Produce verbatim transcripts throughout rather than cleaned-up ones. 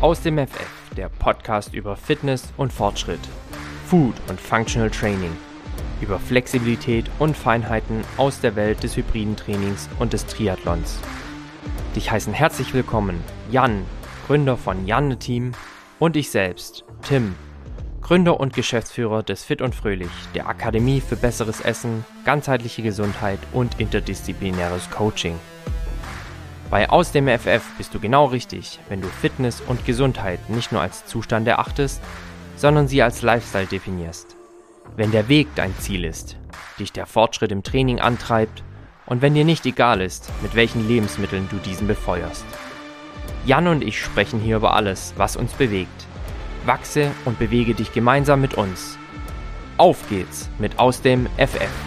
Aus dem F F, der Podcast über Fitness und Fortschritt, Food und Functional Training, über Flexibilität und Feinheiten aus der Welt des hybriden Trainings und des Triathlons. Dich heißen herzlich willkommen Jan, Gründer von Janne Team, und ich selbst, Tim, Gründer und Geschäftsführer des Fit und Fröhlich, der Akademie für besseres Essen, ganzheitliche Gesundheit und interdisziplinäres Coaching. Bei Aus dem F F bist du genau richtig, wenn du Fitness und Gesundheit nicht nur als Zustand erachtest, sondern sie als Lifestyle definierst. Wenn der Weg dein Ziel ist, dich der Fortschritt im Training antreibt und wenn dir nicht egal ist, mit welchen Lebensmitteln du diesen befeuerst. Jan und ich sprechen hier über alles, was uns bewegt. Wachse und bewege dich gemeinsam mit uns. Auf geht's mit Aus dem F F.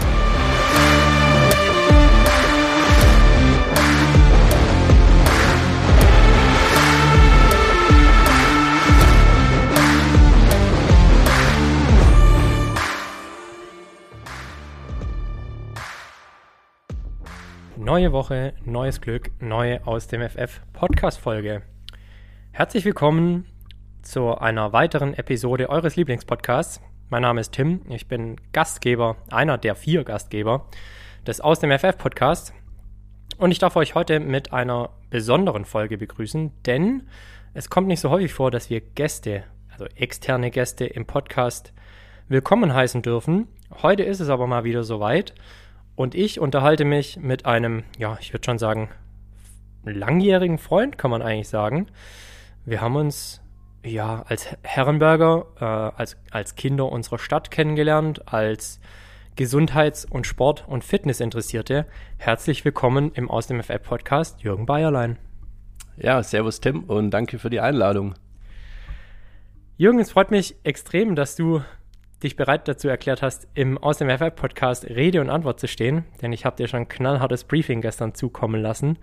Neue Woche, neues Glück, neue Aus dem F F Podcast-Folge. Herzlich willkommen zu einer weiteren Episode eures Lieblingspodcasts. Mein Name ist Tim, ich bin Gastgeber, einer der vier Gastgeber des Aus dem F F Podcasts. Und ich darf euch heute mit einer besonderen Folge begrüßen, denn es kommt nicht so häufig vor, dass wir Gäste, also externe Gäste im Podcast willkommen heißen dürfen. Heute ist es aber mal wieder soweit. Und ich unterhalte mich mit einem, ja, ich würde schon sagen, langjährigen Freund, kann man eigentlich sagen. Wir haben uns, ja, als Herrenberger, äh, als, als Kinder unserer Stadt kennengelernt, als Gesundheits- und Sport- und Fitnessinteressierte. Herzlich willkommen im Aus dem F F-Podcast, Jürgen Bayerlein. Ja, servus Tim und danke für die Einladung. Jürgen, es freut mich extrem, dass du dich bereit dazu erklärt hast, im Aus dem F F-Podcast Rede und Antwort zu stehen, denn ich habe dir schon ein knallhartes Briefing gestern zukommen lassen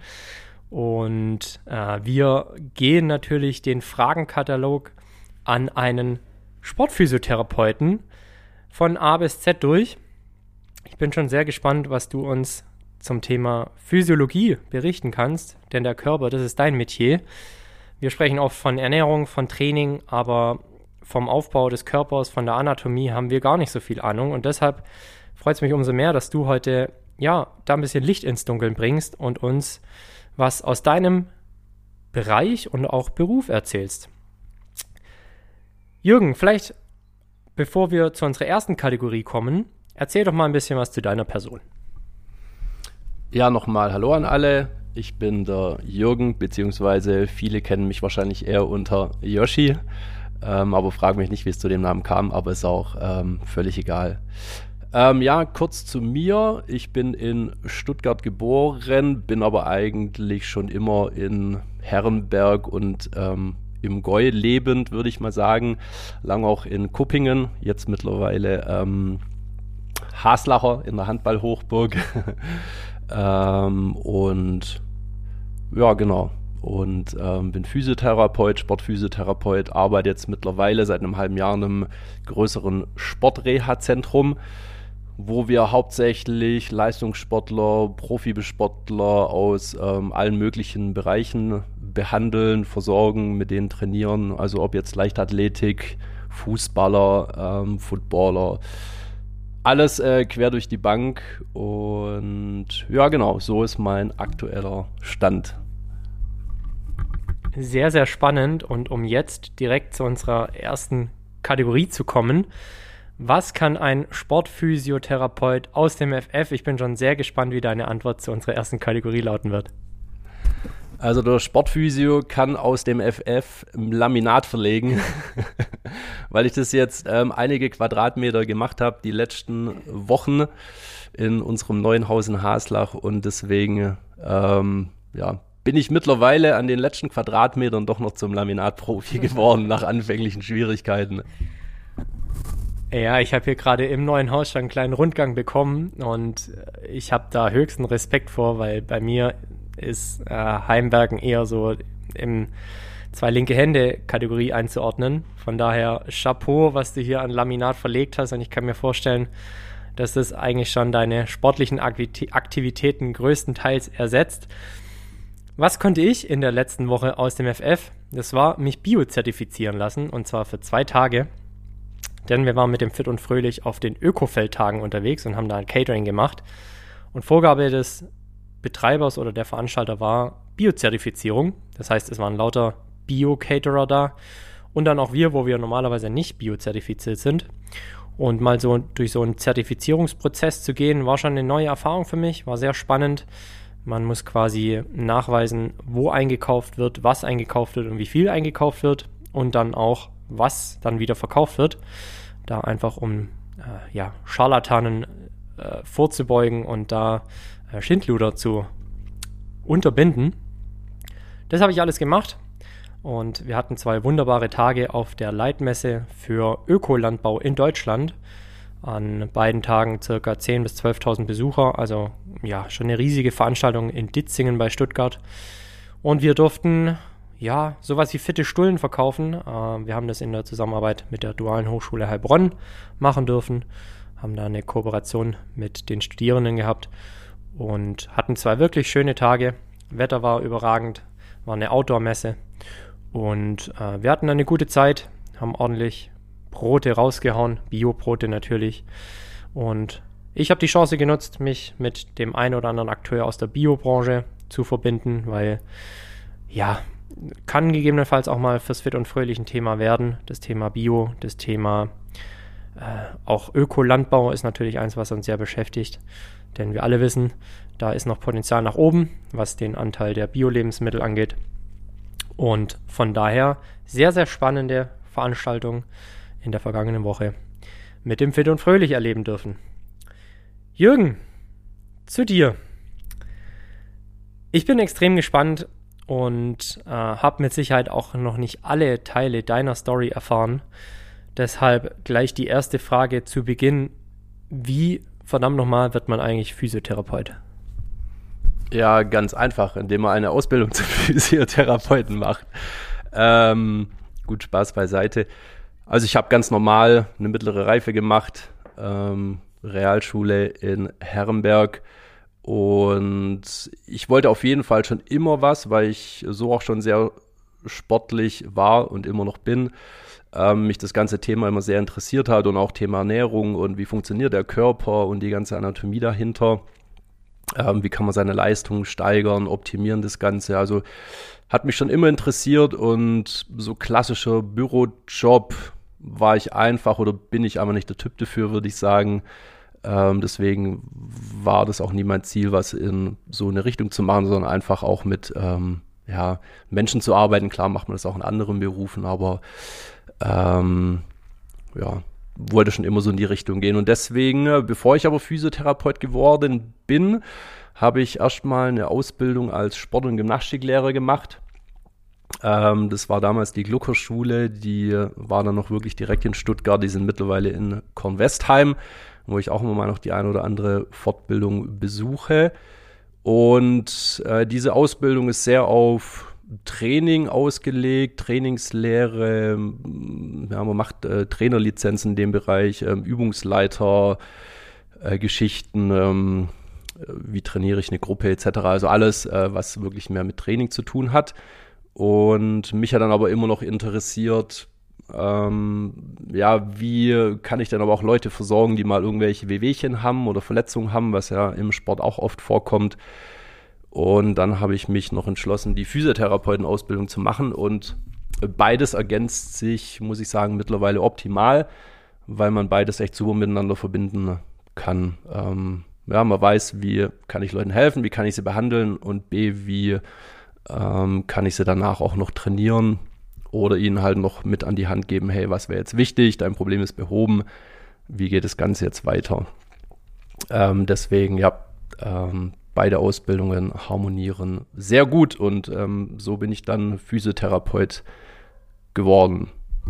und äh, wir gehen natürlich den Fragenkatalog an einen Sportphysiotherapeuten von A bis Z durch. Ich bin schon sehr gespannt, was du uns zum Thema Physiologie berichten kannst, denn der Körper, das ist dein Metier. Wir sprechen oft von Ernährung, von Training, aber vom Aufbau des Körpers, von der Anatomie haben wir gar nicht so viel Ahnung und deshalb freut es mich umso mehr, dass du heute ja da ein bisschen Licht ins Dunkeln bringst und uns was aus deinem Bereich und auch Beruf erzählst. Jürgen, vielleicht bevor wir zu unserer ersten Kategorie kommen, erzähl doch mal ein bisschen was zu deiner Person. Ja, nochmal Hallo an alle. Ich bin der Jürgen, beziehungsweise viele kennen mich wahrscheinlich eher unter Yoshi. Ähm, aber frage mich nicht, wie es zu dem Namen kam, aber ist auch ähm, völlig egal. Ähm, ja, kurz zu mir. Ich bin in Stuttgart geboren, bin aber eigentlich schon immer in Herrenberg und ähm, im Gäu lebend, würde ich mal sagen. Lang auch in Kuppingen, jetzt mittlerweile ähm, Haslacher in der Handball-Hochburg. ähm, und ja, genau. Und ähm, bin Physiotherapeut, Sportphysiotherapeut, arbeite jetzt mittlerweile seit einem halben Jahr in einem größeren Sportreha-Zentrum, wo wir hauptsächlich Leistungssportler, Profisportler aus ähm, allen möglichen Bereichen behandeln, versorgen, mit denen trainieren, also ob jetzt Leichtathletik, Fußballer, ähm, Footballer, alles äh, quer durch die Bank und ja genau, so ist mein aktueller Stand. Sehr, sehr spannend und um jetzt direkt zu unserer ersten Kategorie zu kommen, was kann ein Sportphysiotherapeut aus dem F F? Ich bin schon sehr gespannt, wie deine Antwort zu unserer ersten Kategorie lauten wird. Also der Sportphysio kann aus dem F F Laminat verlegen, weil ich das jetzt ähm, einige Quadratmeter gemacht habe, die letzten Wochen in unserem neuen Haus in Haslach und deswegen, ähm, ja, bin ich mittlerweile an den letzten Quadratmetern doch noch zum Laminatprofi geworden, nach anfänglichen Schwierigkeiten. Ja, ich habe hier gerade im neuen Haus schon einen kleinen Rundgang bekommen und ich habe da höchsten Respekt vor, weil bei mir ist äh, Heimbergen eher so im Zwei-linke-Hände-Kategorie einzuordnen. Von daher Chapeau, was du hier an Laminat verlegt hast und ich kann mir vorstellen, dass das eigentlich schon deine sportlichen Aktivitäten größtenteils ersetzt. Was konnte ich in der letzten Woche aus dem F F? Das war mich biozertifizieren lassen, und zwar für zwei Tage. Denn wir waren mit dem Fit und Fröhlich auf den Ökofeldtagen unterwegs und haben da ein Catering gemacht. Und Vorgabe des Betreibers oder der Veranstalter war Biozertifizierung. Das heißt, es waren lauter Bio-Caterer da und dann auch wir, wo wir normalerweise nicht biozertifiziert sind. Und mal so durch so einen Zertifizierungsprozess zu gehen, war schon eine neue Erfahrung für mich, war sehr spannend. Man muss quasi nachweisen, wo eingekauft wird, was eingekauft wird und wie viel eingekauft wird und dann auch, was dann wieder verkauft wird. Da einfach um äh, ja, Scharlatanen äh, vorzubeugen und da äh, Schindluder zu unterbinden. Das habe ich alles gemacht und wir hatten zwei wunderbare Tage auf der Leitmesse für Ökolandbau in Deutschland. An beiden Tagen ca. zehntausend bis zwölftausend Besucher, also ja, schon eine riesige Veranstaltung in Ditzingen bei Stuttgart. Und wir durften ja sowas wie fitte Stullen verkaufen. Äh, wir haben das in der Zusammenarbeit mit der Dualen Hochschule Heilbronn machen dürfen, haben da eine Kooperation mit den Studierenden gehabt und hatten zwei wirklich schöne Tage. Wetter war überragend, war eine Outdoor-Messe und äh, wir hatten eine gute Zeit, haben ordentlich Brote rausgehauen, Bio-Brote natürlich. Und ich habe die Chance genutzt, mich mit dem einen oder anderen Akteur aus der Biobranche zu verbinden, weil, ja, kann gegebenenfalls auch mal fürs Fit und Fröhlich ein Thema werden. Das Thema Bio, das Thema äh, auch Ökolandbau ist natürlich eins, was uns sehr beschäftigt. Denn wir alle wissen, da ist noch Potenzial nach oben, was den Anteil der Bio-Lebensmittel angeht. Und von daher sehr, sehr spannende Veranstaltung in der vergangenen Woche mit dem Fit und Fröhlich erleben dürfen. Jürgen, zu dir. Ich bin extrem gespannt und äh, habe mit Sicherheit auch noch nicht alle Teile deiner Story erfahren. Deshalb gleich die erste Frage zu Beginn. Wie, verdammt nochmal, wird man eigentlich Physiotherapeut? Ja, ganz einfach, indem man eine Ausbildung zum Physiotherapeuten macht. Ähm, gut, Spaß beiseite. Also ich habe ganz normal eine mittlere Reife gemacht, ähm, Realschule in Herrenberg und ich wollte auf jeden Fall schon immer was, weil ich so auch schon sehr sportlich war und immer noch bin, ähm, mich das ganze Thema immer sehr interessiert hat und auch Thema Ernährung und wie funktioniert der Körper und die ganze Anatomie dahinter, ähm, wie kann man seine Leistung steigern, optimieren das Ganze, also hat mich schon immer interessiert und so klassischer Bürojob war ich einfach oder bin ich aber nicht der Typ dafür, würde ich sagen. Ähm, deswegen war das auch nie mein Ziel, was in so eine Richtung zu machen, sondern einfach auch mit ähm, ja, Menschen zu arbeiten. Klar macht man das auch in anderen Berufen, aber ähm, ja, wollte schon immer so in die Richtung gehen. Und deswegen, bevor ich aber Physiotherapeut geworden bin, habe ich erstmal eine Ausbildung als Sport- und Gymnastiklehrer gemacht. Ähm, das war damals die Gluckerschule, die war dann noch wirklich direkt in Stuttgart, die sind mittlerweile in Kornwestheim, wo ich auch immer mal noch die eine oder andere Fortbildung besuche. Und äh, diese Ausbildung ist sehr auf Training ausgelegt, Trainingslehre, ja, man macht äh, Trainerlizenzen in dem Bereich, äh, Übungsleiter, äh, Geschichten, ähm, wie trainiere ich eine Gruppe et cetera. Also alles, äh, was wirklich mehr mit Training zu tun hat. Und mich hat dann aber immer noch interessiert, ähm, ja, wie kann ich denn aber auch Leute versorgen, die mal irgendwelche Wehwehchen haben oder Verletzungen haben, was ja im Sport auch oft vorkommt. Und dann habe ich mich noch entschlossen, die Physiotherapeutenausbildung zu machen. Und beides ergänzt sich, muss ich sagen, mittlerweile optimal, weil man beides echt super miteinander verbinden kann. Ähm, ja, man weiß, wie kann ich Leuten helfen, wie kann ich sie behandeln und B, wie ähm, kann ich sie danach auch noch trainieren oder ihnen halt noch mit an die Hand geben, hey, was wäre jetzt wichtig, dein Problem ist behoben, wie geht das Ganze jetzt weiter? Ähm, deswegen, ja, ähm, beide Ausbildungen harmonieren sehr gut und ähm, so bin ich dann Physiotherapeut geworden.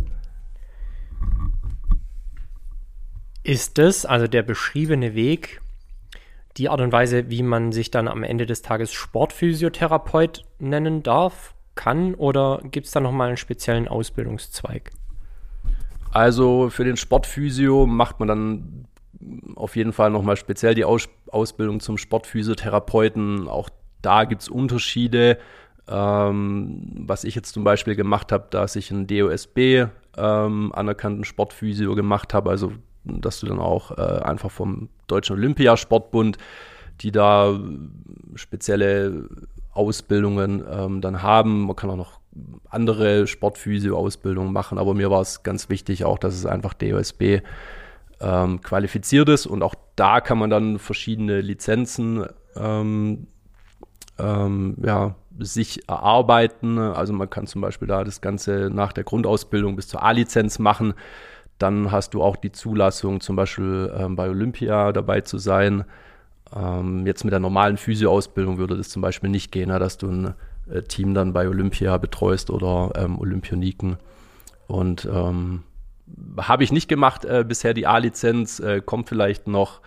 Ist das, also der beschriebene Weg, die Art und Weise, wie man sich dann am Ende des Tages Sportphysiotherapeut nennen darf, kann, oder gibt es da nochmal einen speziellen Ausbildungszweig? Also für den Sportphysio macht man dann auf jeden Fall nochmal speziell die Aus- Ausbildung zum Sportphysiotherapeuten. Auch da gibt es Unterschiede. Ähm, was ich jetzt zum Beispiel gemacht habe, dass ich einen D O S B ähm, anerkannten Sportphysio gemacht habe, also dass du dann auch äh, einfach vom Deutschen Olympiasportbund, die da spezielle Ausbildungen ähm, dann haben. Man kann auch noch andere Sportphysio-Ausbildungen machen, aber mir war es ganz wichtig auch, dass es einfach D O S B ähm, qualifiziert ist, und auch da kann man dann verschiedene Lizenzen ähm, ähm, ja, sich erarbeiten. Also man kann zum Beispiel da das Ganze nach der Grundausbildung bis zur A-Lizenz machen. Dann hast du auch die Zulassung, zum Beispiel ähm, bei Olympia dabei zu sein. Ähm, jetzt mit der normalen Physio-Ausbildung würde das zum Beispiel nicht gehen, ja, dass du ein äh, Team dann bei Olympia betreust oder ähm, Olympioniken. Und ähm, habe ich nicht gemacht äh, bisher. Die A-Lizenz äh, kommt vielleicht noch.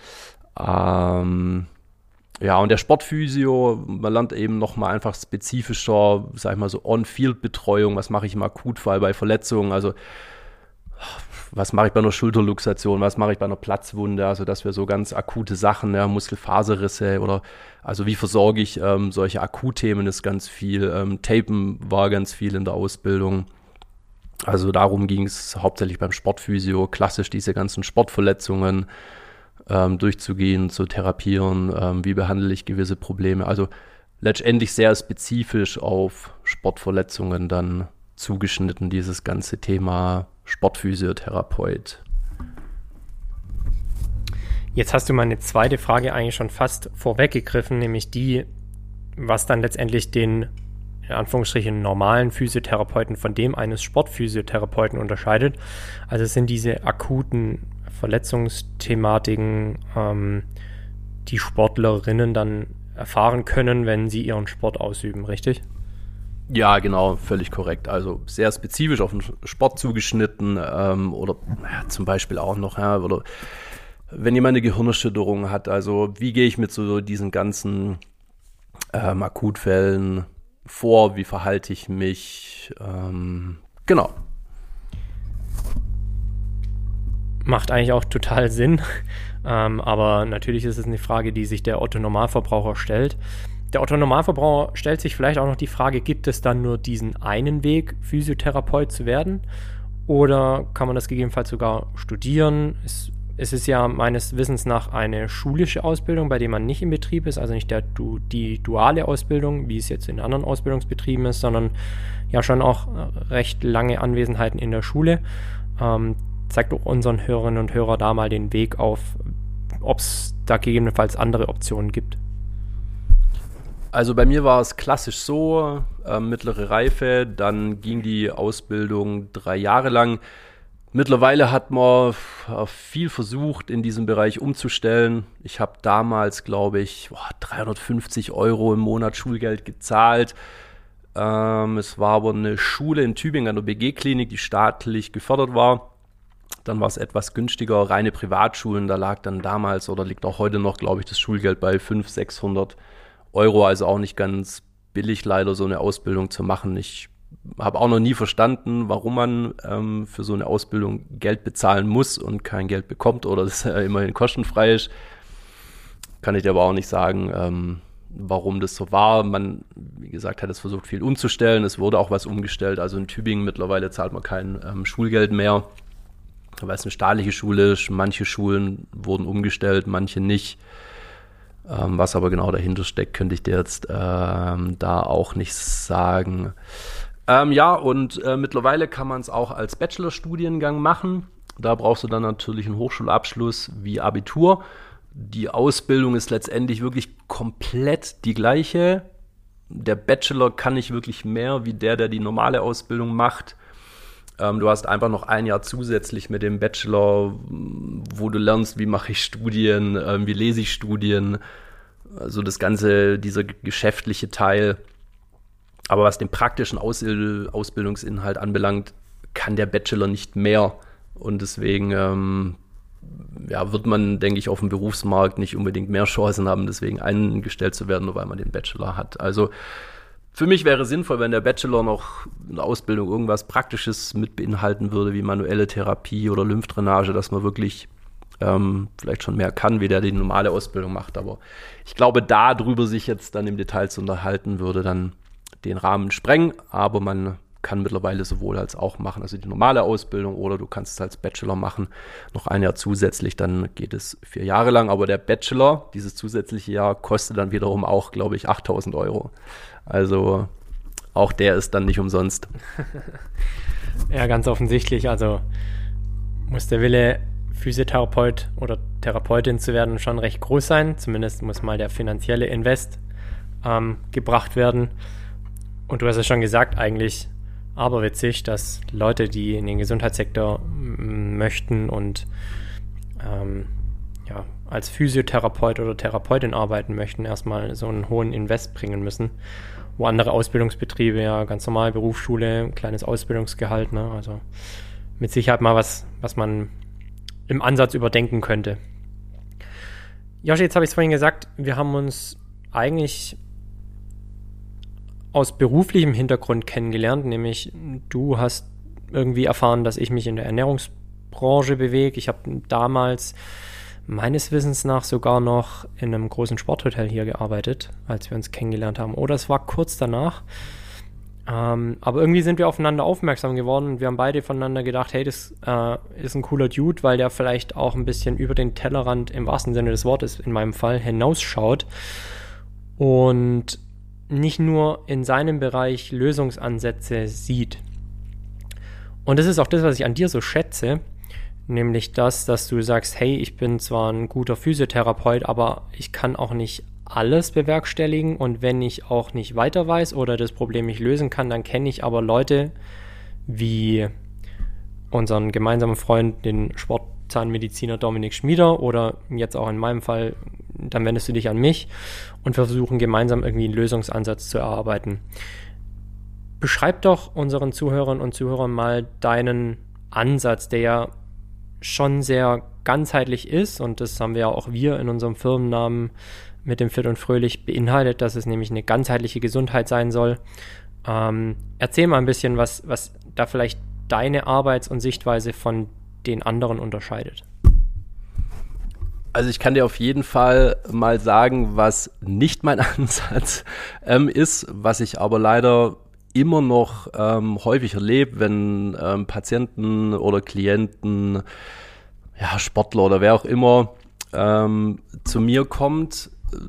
Ähm, ja, und der Sportphysio, man lernt eben nochmal einfach spezifischer, sag ich mal so On-Field-Betreuung. Was mache ich im Akutfall bei Verletzungen? Also was mache ich bei einer Schulterluxation, was mache ich bei einer Platzwunde, also dass wir so ganz akute Sachen, ja, Muskelfaserrisse oder also wie versorge ich ähm, solche Akutthemen ist ganz viel, ähm, Tapen war ganz viel in der Ausbildung, also darum ging es hauptsächlich beim Sportphysio, klassisch diese ganzen Sportverletzungen ähm, durchzugehen, zu therapieren, ähm, wie behandle ich gewisse Probleme, also letztendlich sehr spezifisch auf Sportverletzungen dann zugeschnitten, dieses ganze Thema Sportphysiotherapeut. Jetzt hast du meine zweite Frage eigentlich schon fast vorweggegriffen, nämlich die, was dann letztendlich den, in Anführungsstrichen, normalen Physiotherapeuten von dem eines Sportphysiotherapeuten unterscheidet. Also es sind diese akuten Verletzungsthematiken, ähm, die Sportlerinnen dann erfahren können, wenn sie ihren Sport ausüben, richtig? Ja, genau, völlig korrekt. Also sehr spezifisch auf den Sport zugeschnitten ähm, oder ja, zum Beispiel auch noch, ja, oder wenn jemand eine Gehirnerschütterung hat, also wie gehe ich mit so diesen ganzen ähm, Akutfällen vor, wie verhalte ich mich, ähm, genau. Macht eigentlich auch total Sinn, ähm, aber natürlich ist es eine Frage, die sich der Otto-Normalverbraucher stellt. Der Otto-Normalverbraucher stellt sich vielleicht auch noch die Frage, gibt es dann nur diesen einen Weg, Physiotherapeut zu werden? Oder kann man das gegebenenfalls sogar studieren? Es, es ist ja meines Wissens nach eine schulische Ausbildung, bei der man nicht im Betrieb ist, also nicht der, du, die duale Ausbildung, wie es jetzt in anderen Ausbildungsbetrieben ist, sondern ja schon auch recht lange Anwesenheiten in der Schule. Ähm, zeigt doch unseren Hörerinnen und Hörern da mal den Weg auf, ob es da gegebenenfalls andere Optionen gibt. Also bei mir war es klassisch so, äh, mittlere Reife, dann ging die Ausbildung drei Jahre lang. Mittlerweile hat man äh, viel versucht, in diesem Bereich umzustellen. Ich habe damals, glaube ich, boah, dreihundertfünfzig Euro im Monat Schulgeld gezahlt. Ähm, es war aber eine Schule in Tübingen an der B G-Klinik, die staatlich gefördert war. Dann war es etwas günstiger, reine Privatschulen. Da lag dann damals oder liegt auch heute noch, glaube ich, das Schulgeld bei fünfhundert, sechshundert Euro, also auch nicht ganz billig leider, so eine Ausbildung zu machen. Ich habe auch noch nie verstanden, warum man ähm, für so eine Ausbildung Geld bezahlen muss und kein Geld bekommt oder das äh, immerhin kostenfrei ist. Kann ich dir aber auch nicht sagen, ähm, warum das so war. Man, wie gesagt, hat es versucht, viel umzustellen. Es wurde auch was umgestellt. Also in Tübingen mittlerweile zahlt man kein ähm, Schulgeld mehr, weil es eine staatliche Schule ist. Manche Schulen wurden umgestellt, manche nicht. Ähm, was aber genau dahinter steckt, könnte ich dir jetzt ähm, da auch nicht sagen. Ähm, ja, und äh, mittlerweile kann man es auch als Bachelorstudiengang machen. Da brauchst du dann natürlich einen Hochschulabschluss wie Abitur. Die Ausbildung ist letztendlich wirklich komplett die gleiche. Der Bachelor kann nicht wirklich mehr wie der, der die normale Ausbildung macht. Ähm, du hast einfach noch ein Jahr zusätzlich mit dem Bachelor, wo du lernst, wie mache ich Studien, ähm, wie lese ich Studien, also das ganze, dieser geschäftliche Teil. Aber was den praktischen Aus- Ausbildungsinhalt anbelangt, kann der Bachelor nicht mehr. Und deswegen ähm, ja, wird man, denke ich, auf dem Berufsmarkt nicht unbedingt mehr Chancen haben, deswegen eingestellt zu werden, nur weil man den Bachelor hat. Also für mich wäre es sinnvoll, wenn der Bachelor noch in der Ausbildung irgendwas Praktisches mit beinhalten würde, wie manuelle Therapie oder Lymphdrainage, dass man wirklich ähm, vielleicht schon mehr kann, wie der die normale Ausbildung macht. Aber ich glaube, darüber sich jetzt dann im Detail zu unterhalten, würde dann den Rahmen sprengen. Aber man kann mittlerweile sowohl als auch machen, also die normale Ausbildung, oder du kannst es als Bachelor machen, noch ein Jahr zusätzlich, dann geht es vier Jahre lang. Aber der Bachelor, dieses zusätzliche Jahr, kostet dann wiederum auch, glaube ich, achttausend Euro. Also auch der ist dann nicht umsonst. Ja, ganz offensichtlich. Also muss der Wille, Physiotherapeut oder Therapeutin zu werden, schon recht groß sein. Zumindest muss mal der finanzielle Invest ähm, gebracht werden. Und du hast es schon gesagt, eigentlich aberwitzig, dass Leute, die in den Gesundheitssektor m- möchten und ähm, ja, als Physiotherapeut oder Therapeutin arbeiten möchten, erstmal so einen hohen Invest bringen müssen. Wo andere Ausbildungsbetriebe ja ganz normal, Berufsschule, kleines Ausbildungsgehalt, ne? Also mit Sicherheit mal was, was man im Ansatz überdenken könnte. Joshi, jetzt habe ich es vorhin gesagt, wir haben uns eigentlich aus beruflichem Hintergrund kennengelernt, nämlich du hast irgendwie erfahren, dass ich mich in der Ernährungsbranche bewege. Ich habe damals meines Wissens nach sogar noch in einem großen Sporthotel hier gearbeitet, als wir uns kennengelernt haben. Oder es war kurz danach. Ähm, aber irgendwie sind wir aufeinander aufmerksam geworden und wir haben beide voneinander gedacht, hey, das äh, ist ein cooler Dude, weil der vielleicht auch ein bisschen über den Tellerrand im wahrsten Sinne des Wortes, in meinem Fall, hinausschaut und nicht nur in seinem Bereich Lösungsansätze sieht. Und das ist auch das, was ich an dir so schätze, nämlich das, dass du sagst, hey, ich bin zwar ein guter Physiotherapeut, aber ich kann auch nicht alles bewerkstelligen, und wenn ich auch nicht weiter weiß oder das Problem nicht lösen kann, dann kenne ich aber Leute wie unseren gemeinsamen Freund, den Sportzahnmediziner Dominik Schmieder, oder jetzt auch in meinem Fall, dann wendest du dich an mich und wir versuchen gemeinsam irgendwie einen Lösungsansatz zu erarbeiten. Beschreib doch unseren Zuhörern und Zuhörern mal deinen Ansatz, der ja schon sehr ganzheitlich ist, und das haben wir ja auch wir in unserem Firmennamen mit dem Fit und Fröhlich beinhaltet, dass es nämlich eine ganzheitliche Gesundheit sein soll. Ähm, erzähl mal ein bisschen, was, was da vielleicht deine Arbeits- und Sichtweise von den anderen unterscheidet. Also ich kann dir auf jeden Fall mal sagen, was nicht mein Ansatz ähm, ist, was ich aber leider immer noch ähm, häufig erlebe, wenn ähm, Patienten oder Klienten, ja, Sportler oder wer auch immer ähm, zu mir kommt,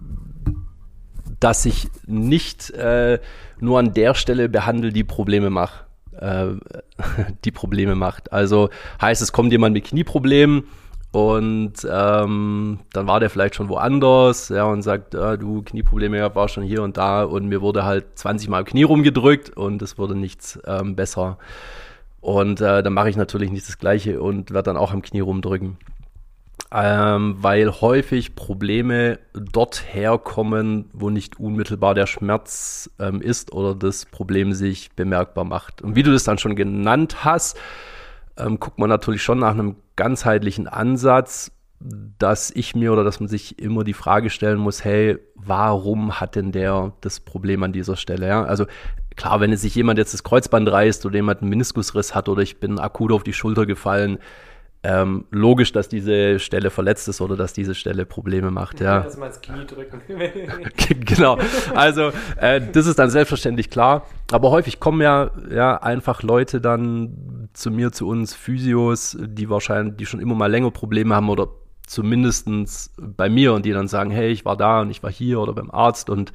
dass ich nicht äh, nur an der Stelle behandle, die Probleme macht, äh, die Probleme macht. Also heißt, es kommt jemand mit Knieproblemen und ähm, dann war der vielleicht schon woanders, ja, und sagt, äh, du, Knieprobleme, ja, war schon hier und da, und mir wurde halt zwanzig Mal im Knie rumgedrückt und es wurde nichts ähm, besser. Und äh, dann mache ich natürlich nicht das Gleiche und werde dann auch am Knie rumdrücken. Ähm, weil häufig Probleme dort herkommen, wo nicht unmittelbar der Schmerz ähm, ist oder das Problem sich bemerkbar macht. Und wie du das dann schon genannt hast, ähm, guckt man natürlich schon nach einem ganzheitlichen Ansatz, dass ich mir oder dass man sich immer die Frage stellen muss, hey, warum hat denn der das Problem an dieser Stelle? Ja? Also klar, wenn sich jemand jetzt das Kreuzband reißt oder jemand einen Meniskusriss hat oder ich bin akut auf die Schulter gefallen, Ähm, logisch, dass diese Stelle verletzt ist oder dass diese Stelle Probleme macht. Ja, dass man ins Knie drücken. Genau, also äh, das ist dann selbstverständlich klar, aber häufig kommen ja, ja einfach Leute dann zu mir, zu uns Physios, die wahrscheinlich, die schon immer mal länger Probleme haben oder zumindest bei mir, und die dann sagen, hey, ich war da und ich war hier oder beim Arzt und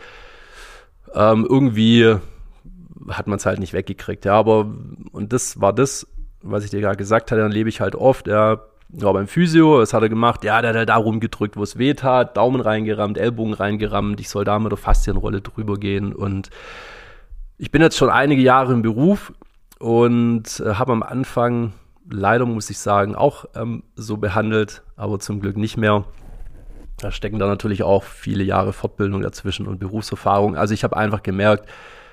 ähm, irgendwie hat man es halt nicht weggekriegt. Ja, aber und das war das, was ich dir gerade gesagt habe, dann lebe ich halt oft, ja, war beim Physio, was hat er gemacht? Ja, der hat da rumgedrückt, wo es weh tat, Daumen reingerammt, Ellbogen reingerammt, ich soll da mit der Faszienrolle drüber gehen, und ich bin jetzt schon einige Jahre im Beruf und äh, habe am Anfang, leider muss ich sagen, auch ähm, so behandelt, aber zum Glück nicht mehr. Da stecken da natürlich auch viele Jahre Fortbildung dazwischen und Berufserfahrung. Also ich habe einfach gemerkt,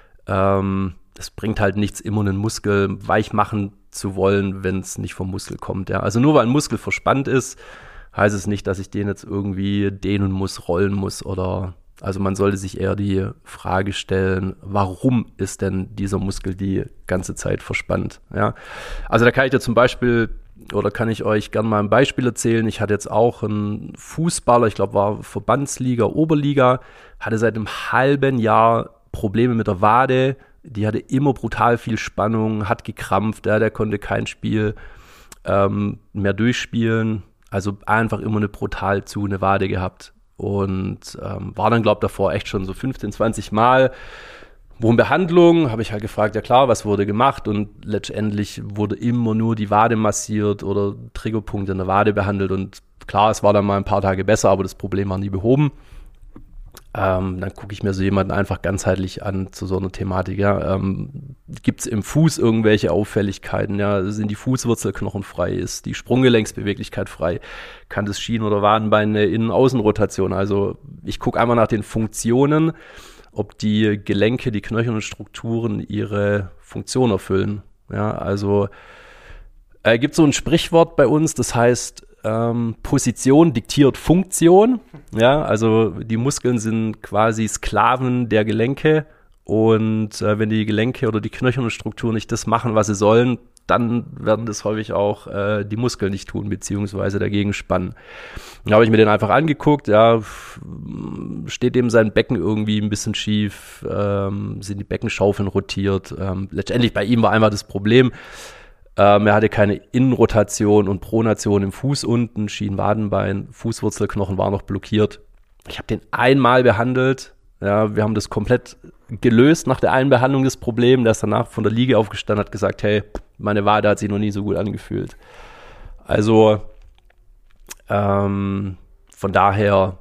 ähm, es bringt halt nichts, immer einen Muskel weich machen zu wollen, wenn es nicht vom Muskel kommt. Ja. Also nur weil ein Muskel verspannt ist, heißt es nicht, dass ich den jetzt irgendwie dehnen muss, rollen muss oder Also man sollte sich eher die Frage stellen, warum ist denn dieser Muskel die ganze Zeit verspannt? Ja, also da kann ich dir zum Beispiel oder kann ich euch gerne mal ein Beispiel erzählen. Ich hatte jetzt auch einen Fußballer, ich glaube war Verbandsliga, Oberliga, hatte seit einem halben Jahr Probleme mit der Wade. Die hatte immer brutal viel Spannung, hat gekrampft, ja, der konnte kein Spiel ähm, mehr durchspielen. Also einfach immer eine brutal zu eine Wade gehabt. Und ähm, war dann, glaube ich, davor echt schon so fünfzehn, zwanzig Mal Wurmbehandlung. Habe ich halt gefragt, ja klar, was wurde gemacht? Und letztendlich wurde immer nur die Wade massiert oder Triggerpunkte in der Wade behandelt. Und klar, es war dann mal ein paar Tage besser, aber das Problem war nie behoben. Ähm, dann gucke ich mir so jemanden einfach ganzheitlich an zu so einer Thematik. Ja. Ähm, gibt es im Fuß irgendwelche Auffälligkeiten? Ja? Sind die Fußwurzelknochen frei? Ist die Sprunggelenksbeweglichkeit frei? Kann das Schienen- oder Wadenbein eine Innen-Außen-Rotation? Also ich gucke einmal nach den Funktionen, ob die Gelenke, die Knöchel und Strukturen ihre Funktion erfüllen. Ja, also äh, gibt so ein Sprichwort bei uns, das heißt, ähm, Position diktiert Funktion. Ja, also die Muskeln sind quasi Sklaven der Gelenke und äh, wenn die Gelenke oder die Knöchel und Strukturen nicht das machen, was sie sollen, dann werden das häufig auch äh, die Muskeln nicht tun, beziehungsweise dagegen spannen. Da habe ich mir den einfach angeguckt, ja, steht eben sein Becken irgendwie ein bisschen schief, ähm, sind die Beckenschaufeln rotiert. Ähm, letztendlich bei ihm war einfach das Problem, ähm, er hatte keine Innenrotation und Pronation im Fuß unten, Schienenwadenbein, Fußwurzelknochen war noch blockiert. Ich habe den einmal behandelt, ja, wir haben das komplett gelöst nach der einen Behandlung des Problems. Der ist danach von der Liege aufgestanden, hat gesagt, hey, meine Wade hat sich noch nie so gut angefühlt. Also ähm, von daher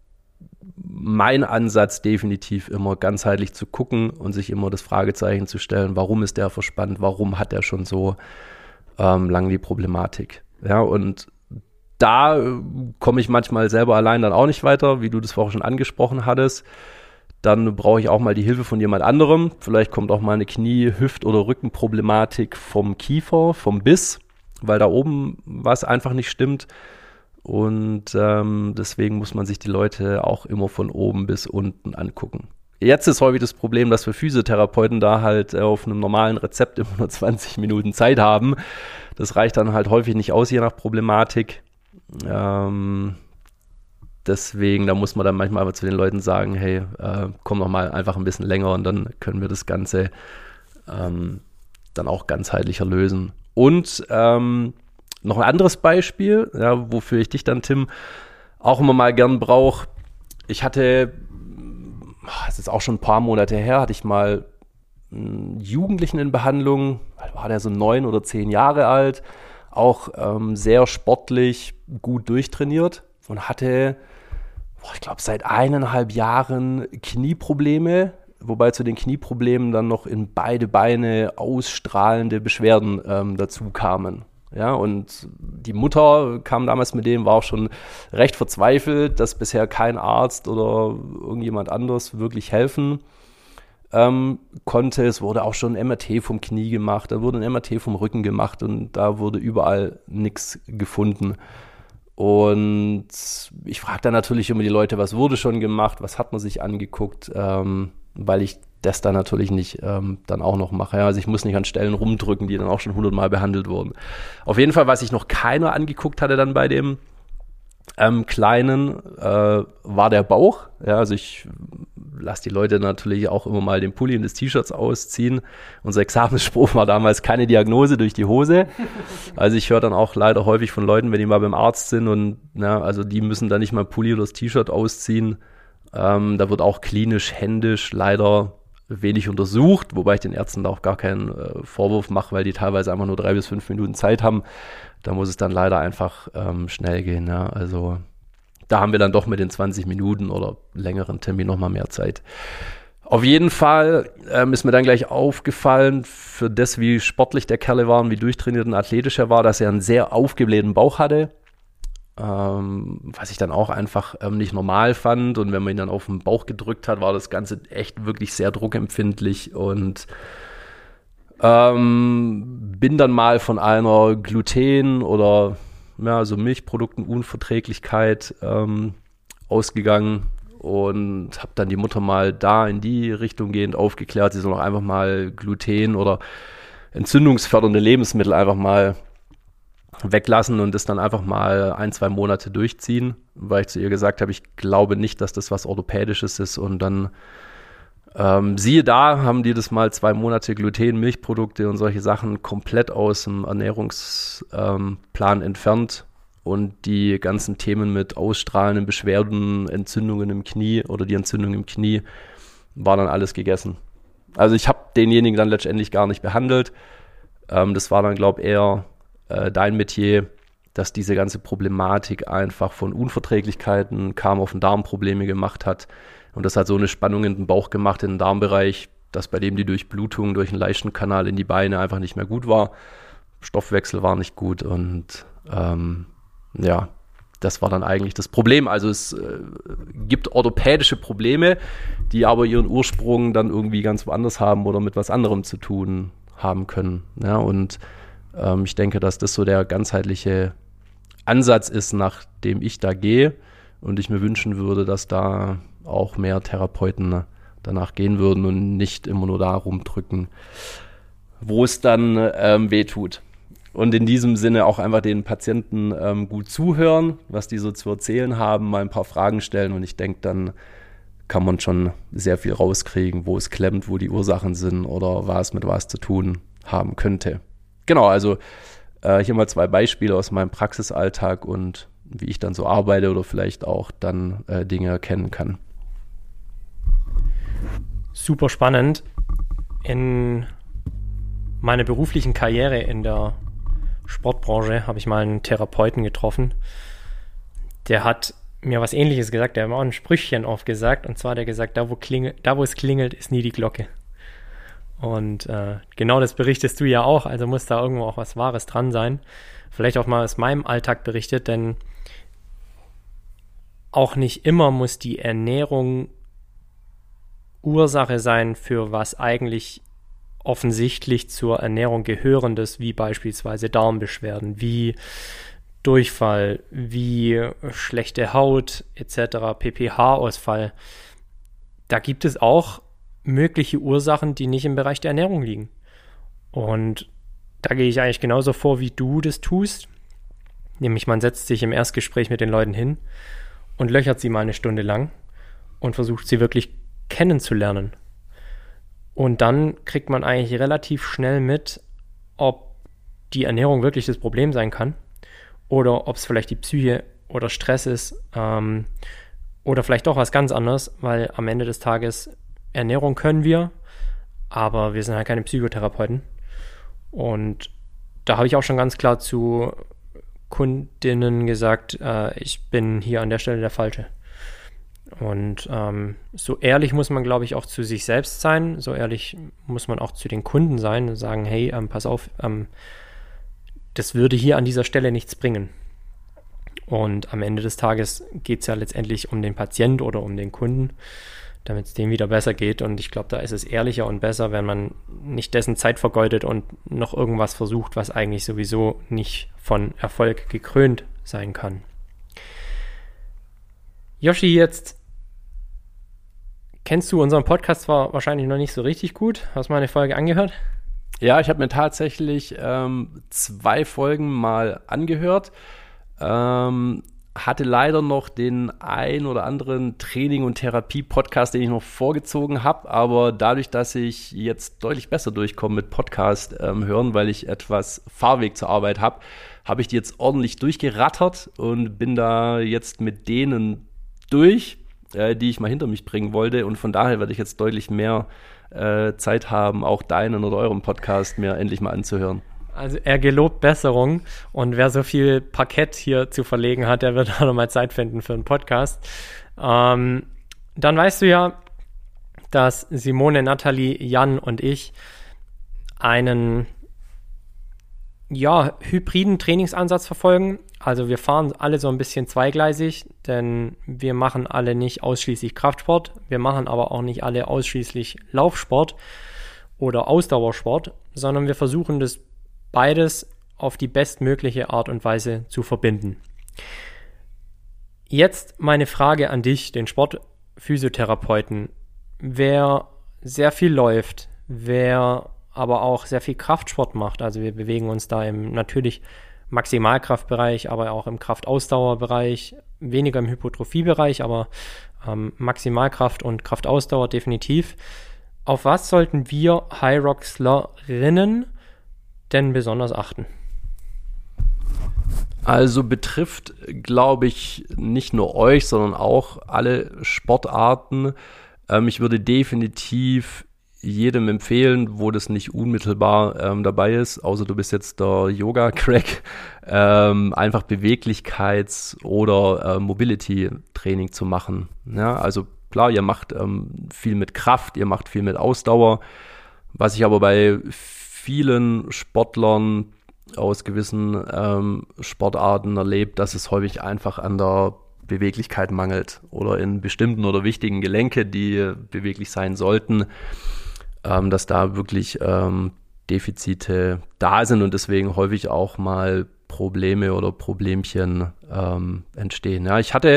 mein Ansatz definitiv immer ganzheitlich zu gucken und sich immer das Fragezeichen zu stellen, warum ist der verspannt, warum hat der schon so ähm, lange die Problematik. Ja, und da äh, komme ich manchmal selber allein dann auch nicht weiter, wie du das vorher schon angesprochen hattest. Dann brauche ich auch mal die Hilfe von jemand anderem. Vielleicht kommt auch mal eine Knie-, Hüft- oder Rückenproblematik vom Kiefer, vom Biss, weil da oben was einfach nicht stimmt. Und ähm, deswegen muss man sich die Leute auch immer von oben bis unten angucken. Jetzt ist häufig das Problem, dass wir Physiotherapeuten da halt äh, auf einem normalen Rezept immer nur zwanzig Minuten Zeit haben. Das reicht dann halt häufig nicht aus, je nach Problematik. Ähm, deswegen, da muss man dann manchmal aber zu den Leuten sagen, hey, äh, komm noch mal einfach ein bisschen länger und dann können wir das Ganze ähm, dann auch ganzheitlicher lösen. Und ähm, noch ein anderes Beispiel, ja, wofür ich dich dann, Tim, auch immer mal gern brauche. Ich hatte, das ist auch schon ein paar Monate her, hatte ich mal einen Jugendlichen in Behandlung, war der so neun oder zehn Jahre alt, auch ähm, sehr sportlich, gut durchtrainiert und hatte, boah, ich glaube, seit eineinhalb Jahren Knieprobleme, wobei zu den Knieproblemen dann noch in beide Beine ausstrahlende Beschwerden ähm, dazu kamen. Ja, und die Mutter kam damals mit dem, war auch schon recht verzweifelt, dass bisher kein Arzt oder irgendjemand anderes wirklich helfen ähm, konnte. Es wurde auch schon ein M R T vom Knie gemacht, da wurde ein M R T vom Rücken gemacht und da wurde überall nichts gefunden. Und ich frage dann natürlich immer die Leute, was wurde schon gemacht, was hat man sich angeguckt, ähm, weil ich das dann natürlich nicht ähm, dann auch noch mache. Ja, also ich muss nicht an Stellen rumdrücken, die dann auch schon hundertmal behandelt wurden. Auf jeden Fall, was sich noch keiner angeguckt hatte dann bei dem ähm, Kleinen, äh, war der Bauch. Ja, also ich lasse die Leute natürlich auch immer mal den Pulli und das T-Shirts ausziehen. Unser Examensspruch war damals keine Diagnose durch die Hose. Also ich höre dann auch leider häufig von Leuten, wenn die mal beim Arzt sind und na, also die müssen dann nicht mal Pulli oder das T-Shirt ausziehen. Ähm, da wird auch klinisch, händisch leider wenig untersucht, wobei ich den Ärzten da auch gar keinen äh, Vorwurf mache, weil die teilweise einfach nur drei bis fünf Minuten Zeit haben. Da muss es dann leider einfach ähm, schnell gehen. Ja? Also da haben wir dann doch mit den zwanzig Minuten oder längeren Termin nochmal mehr Zeit. Auf jeden Fall ähm, ist mir dann gleich aufgefallen, für das, wie sportlich der Kerl war und wie durchtrainiert und athletisch er war, dass er einen sehr aufgeblähten Bauch hatte. Ähm, was ich dann auch einfach ähm, nicht normal fand, und wenn man ihn dann auf den Bauch gedrückt hat, war das Ganze echt wirklich sehr druckempfindlich und ähm, bin dann mal von einer Gluten- oder ja, so Milchproduktenunverträglichkeit ähm, ausgegangen und habe dann die Mutter mal da in die Richtung gehend aufgeklärt, sie soll auch einfach mal Gluten oder entzündungsfördernde Lebensmittel einfach mal weglassen und das dann einfach mal ein, zwei Monate durchziehen, weil ich zu ihr gesagt habe, ich glaube nicht, dass das was Orthopädisches ist und dann ähm, siehe da, haben die das mal zwei Monate Gluten, Milchprodukte und solche Sachen komplett aus dem Ernährungsplan ähm, entfernt und die ganzen Themen mit ausstrahlenden Beschwerden, Entzündungen im Knie oder die Entzündung im Knie war dann alles gegessen. Also ich habe denjenigen dann letztendlich gar nicht behandelt. Ähm, das war dann, glaube ich, eher äh, dein Metier, dass diese ganze Problematik einfach von Unverträglichkeiten kam, auf den Darmprobleme gemacht hat. Und das hat so eine Spannung in den Bauch gemacht, in den Darmbereich, dass bei dem die Durchblutung durch den Leichenkanal in die Beine einfach nicht mehr gut war. Stoffwechsel war nicht gut und ähm, ja, das war dann eigentlich das Problem. Also es äh, gibt orthopädische Probleme, die aber ihren Ursprung dann irgendwie ganz woanders haben oder mit was anderem zu tun haben können. Ja, und ähm, ich denke, dass das so der ganzheitliche Ansatz ist, nach dem ich da gehe. Und ich mir wünschen würde, dass da auch mehr Therapeuten danach gehen würden und nicht immer nur da rumdrücken, wo es dann ähm, weh tut. Und in diesem Sinne auch einfach den Patienten ähm, gut zuhören, was die so zu erzählen haben, mal ein paar Fragen stellen und ich denke, dann kann man schon sehr viel rauskriegen, wo es klemmt, wo die Ursachen sind oder was mit was zu tun haben könnte. Genau, also äh, hier mal zwei Beispiele aus meinem Praxisalltag und wie ich dann so arbeite oder vielleicht auch dann äh, Dinge erkennen kann. Super spannend. In meiner beruflichen Karriere in der Sportbranche habe ich mal einen Therapeuten getroffen. Der hat mir was Ähnliches gesagt. Der hat mir auch ein Sprüchchen aufgesagt. Und zwar hat er gesagt, da wo, klingel, da wo es klingelt, ist nie die Glocke. Und äh, genau das berichtest du ja auch. Also muss da irgendwo auch was Wahres dran sein. Vielleicht auch mal aus meinem Alltag berichtet, denn auch nicht immer muss die Ernährung Ursache sein für was eigentlich offensichtlich zur Ernährung gehörendes, wie beispielsweise Darmbeschwerden, wie Durchfall, wie schlechte Haut et cetera, P P H-Ausfall. Da gibt es auch mögliche Ursachen, die nicht im Bereich der Ernährung liegen. Und da gehe ich eigentlich genauso vor, wie du das tust. Nämlich man setzt sich im Erstgespräch mit den Leuten hin und löchert sie mal eine Stunde lang und versucht sie wirklich kennenzulernen. Und dann kriegt man eigentlich relativ schnell mit, ob die Ernährung wirklich das Problem sein kann oder ob es vielleicht die Psyche oder Stress ist ähm, oder vielleicht doch was ganz anderes, weil am Ende des Tages Ernährung können wir, aber wir sind halt keine Psychotherapeuten. Und da habe ich auch schon ganz klar zu Kundinnen gesagt, äh, ich bin hier an der Stelle der Falsche. Und ähm, so ehrlich muss man, glaube ich, auch zu sich selbst sein. So ehrlich muss man auch zu den Kunden sein und sagen, hey, ähm, pass auf, ähm, das würde hier an dieser Stelle nichts bringen. Und am Ende des Tages geht es ja letztendlich um den Patient oder um den Kunden, damit es dem wieder besser geht. Und ich glaube, da ist es ehrlicher und besser, wenn man nicht dessen Zeit vergeudet und noch irgendwas versucht, was eigentlich sowieso nicht von Erfolg gekrönt sein kann. Yoshi, jetzt kennst du unseren Podcast zwar wahrscheinlich noch nicht so richtig gut. Hast du mal eine Folge angehört? Ja, ich habe mir tatsächlich ähm, zwei Folgen mal angehört. Ähm, hatte leider noch den ein oder anderen Training- und Therapie-Podcast, den ich noch vorgezogen habe. Aber dadurch, dass ich jetzt deutlich besser durchkomme mit Podcast ähm, hören, weil ich etwas Fahrweg zur Arbeit habe, habe ich die jetzt ordentlich durchgerattert und bin da jetzt mit denen durch, äh, die ich mal hinter mich bringen wollte. Und von daher werde ich jetzt deutlich mehr äh, Zeit haben, auch deinen oder euren Podcast mir endlich mal anzuhören. Also er gelobt Besserung und wer so viel Parkett hier zu verlegen hat, der wird auch nochmal Zeit finden für einen Podcast. Ähm, dann weißt du ja, dass Simone, Nathalie, Jan und ich einen ja, hybriden Trainingsansatz verfolgen. Also wir fahren alle so ein bisschen zweigleisig, denn wir machen alle nicht ausschließlich Kraftsport, wir machen aber auch nicht alle ausschließlich Laufsport oder Ausdauersport, sondern wir versuchen das beides auf die bestmögliche Art und Weise zu verbinden. Jetzt meine Frage an dich, den Sport Physiotherapeuten, wer sehr viel läuft, wer aber auch sehr viel Kraftsport macht, also wir bewegen uns da im natürlich Maximalkraftbereich, aber auch im Kraftausdauerbereich, weniger im Hypertrophiebereich, aber ähm, Maximalkraft und Kraftausdauer definitiv. Auf was sollten wir Hyroxlerinnen denn besonders achten? Also betrifft, glaube ich, nicht nur euch, sondern auch alle Sportarten. Ähm, ich würde definitiv jedem empfehlen, wo das nicht unmittelbar ähm, dabei ist, außer du bist jetzt der Yoga-Crack, ähm, einfach Beweglichkeits- oder äh, Mobility-Training zu machen. Ja, also klar, ihr macht ähm, viel mit Kraft, ihr macht viel mit Ausdauer. Was ich aber bei vielen Sportlern aus gewissen ähm, Sportarten erlebt, dass es häufig einfach an der Beweglichkeit mangelt oder in bestimmten oder wichtigen Gelenke, die beweglich sein sollten, ähm, dass da wirklich ähm, Defizite da sind und deswegen häufig auch mal Probleme oder Problemchen ähm, entstehen. Ja, ich hatte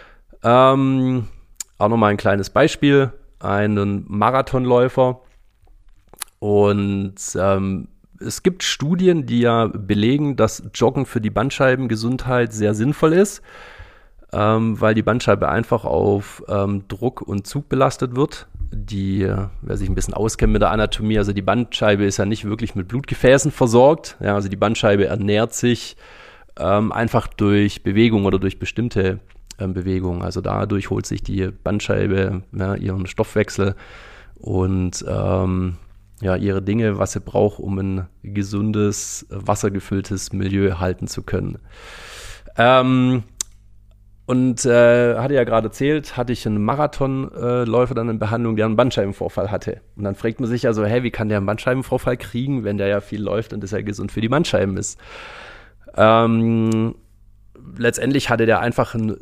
ähm, auch nochmal ein kleines Beispiel, einen Marathonläufer und ähm, es gibt Studien, die ja belegen, dass Joggen für die Bandscheibengesundheit sehr sinnvoll ist, ähm, weil die Bandscheibe einfach auf ähm, Druck und Zug belastet wird. Die, wer sich ein bisschen auskennt mit der Anatomie, also die Bandscheibe ist ja nicht wirklich mit Blutgefäßen versorgt. Ja, also die Bandscheibe ernährt sich ähm, einfach durch Bewegung oder durch bestimmte ähm, Bewegungen. Also dadurch holt sich die Bandscheibe ja, ihren Stoffwechsel und ähm, ja, ihre Dinge, was sie braucht, um ein gesundes, wassergefülltes Milieu halten zu können. Ähm, und äh, hatte ja gerade erzählt, hatte ich einen Marathonläufer äh, dann in Behandlung, der einen Bandscheibenvorfall hatte. Und dann fragt man sich ja so, hey, wie kann der einen Bandscheibenvorfall kriegen, wenn der ja viel läuft und das ja gesund für die Bandscheiben ist? Ähm, letztendlich hatte der einfach einen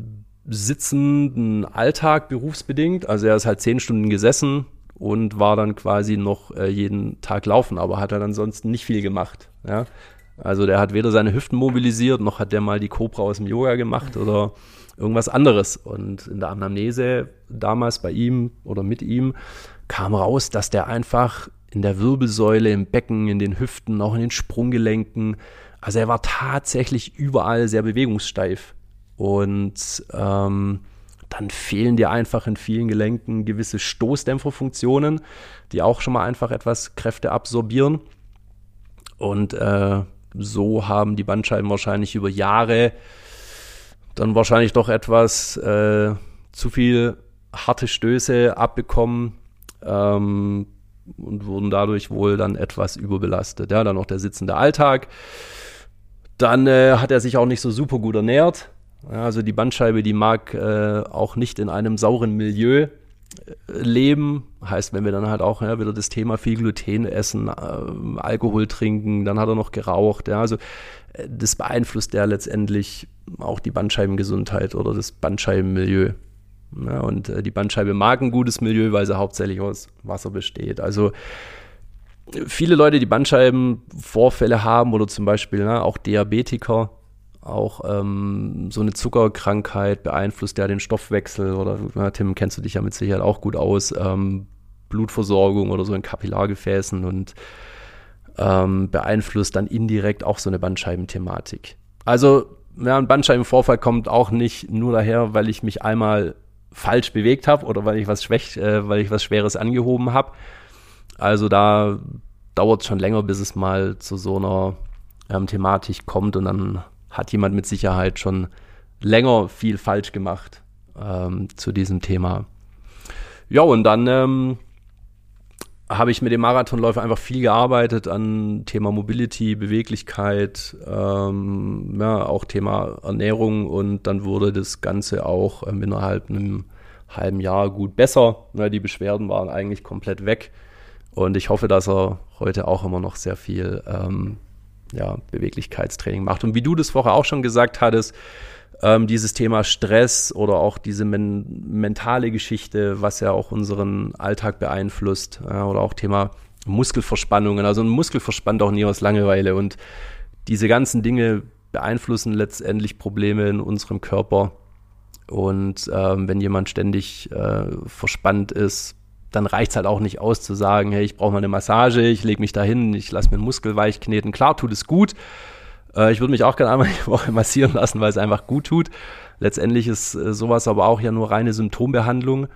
sitzenden Alltag berufsbedingt. Also er ist halt zehn Stunden gesessen und war dann quasi noch äh, jeden Tag laufen, aber hat er dann ansonsten nicht viel gemacht. Ja? Also der hat weder seine Hüften mobilisiert, noch hat der mal die Cobra aus dem Yoga gemacht oder irgendwas anderes. Und in der Anamnese damals bei ihm oder mit ihm kam raus, dass der einfach in der Wirbelsäule, im Becken, in den Hüften, auch in den Sprunggelenken, also er war tatsächlich überall sehr bewegungssteif. Und ähm, dann fehlen dir einfach in vielen Gelenken gewisse Stoßdämpferfunktionen, die auch schon mal einfach etwas Kräfte absorbieren. Und äh, so haben die Bandscheiben wahrscheinlich über Jahre dann wahrscheinlich doch etwas äh, zu viel harte Stöße abbekommen ähm, und wurden dadurch wohl dann etwas überbelastet. Ja, dann noch der sitzende Alltag. Dann äh, hat er sich auch nicht so super gut ernährt. Ja, also die Bandscheibe, die mag äh, auch nicht in einem sauren Milieu äh, leben. Heißt, wenn wir dann halt auch ja, wieder das Thema viel Gluten essen, äh, Alkohol trinken, dann hat er noch geraucht. Ja, also äh, das beeinflusst ja letztendlich auch die Bandscheibengesundheit oder das Bandscheibenmilieu. Ja, und äh, die Bandscheibe mag ein gutes Milieu, weil sie hauptsächlich aus Wasser besteht. Also viele Leute, die Bandscheibenvorfälle haben oder zum Beispiel ne, auch Diabetiker, auch ähm, so eine Zuckerkrankheit beeinflusst ja den Stoffwechsel oder na, Tim, kennst du dich ja mit Sicherheit auch gut aus, ähm, Blutversorgung oder so in Kapillargefäßen und ähm, beeinflusst dann indirekt auch so eine Bandscheibenthematik. Also ja, ein Bandscheibenvorfall kommt auch nicht nur daher, weil ich mich einmal falsch bewegt habe oder weil ich was schwäch, äh, weil ich was Schweres angehoben habe. Also da dauert es schon länger, bis es mal zu so einer ähm, Thematik kommt und dann hat jemand mit Sicherheit schon länger viel falsch gemacht ähm, zu diesem Thema. Ja, und dann ähm, habe ich mit dem Marathonläufer einfach viel gearbeitet an Thema Mobility, Beweglichkeit, ähm, ja, auch Thema Ernährung und dann wurde das Ganze auch ähm, innerhalb einem halben Jahr gut besser. Ja, die Beschwerden waren eigentlich komplett weg und ich hoffe, dass er heute auch immer noch sehr viel ähm, ja, Beweglichkeitstraining macht. Und wie du das vorher auch schon gesagt hattest, ähm, dieses Thema Stress oder auch diese men- mentale Geschichte, was ja auch unseren Alltag beeinflusst, ja, oder auch Thema Muskelverspannungen. Also ein Muskel verspannt auch nie aus Langeweile und diese ganzen Dinge beeinflussen letztendlich Probleme in unserem Körper Und ähm, wenn jemand ständig äh, verspannt ist, dann reicht es halt auch nicht aus zu sagen, hey, ich brauche mal eine Massage, ich lege mich da hin, ich lasse mir einen Muskel weich kneten. Klar, tut es gut. Äh, ich würde mich auch gerne einmal die Woche massieren lassen, weil es einfach gut tut. Letztendlich ist äh, sowas aber auch ja nur reine Symptombehandlung.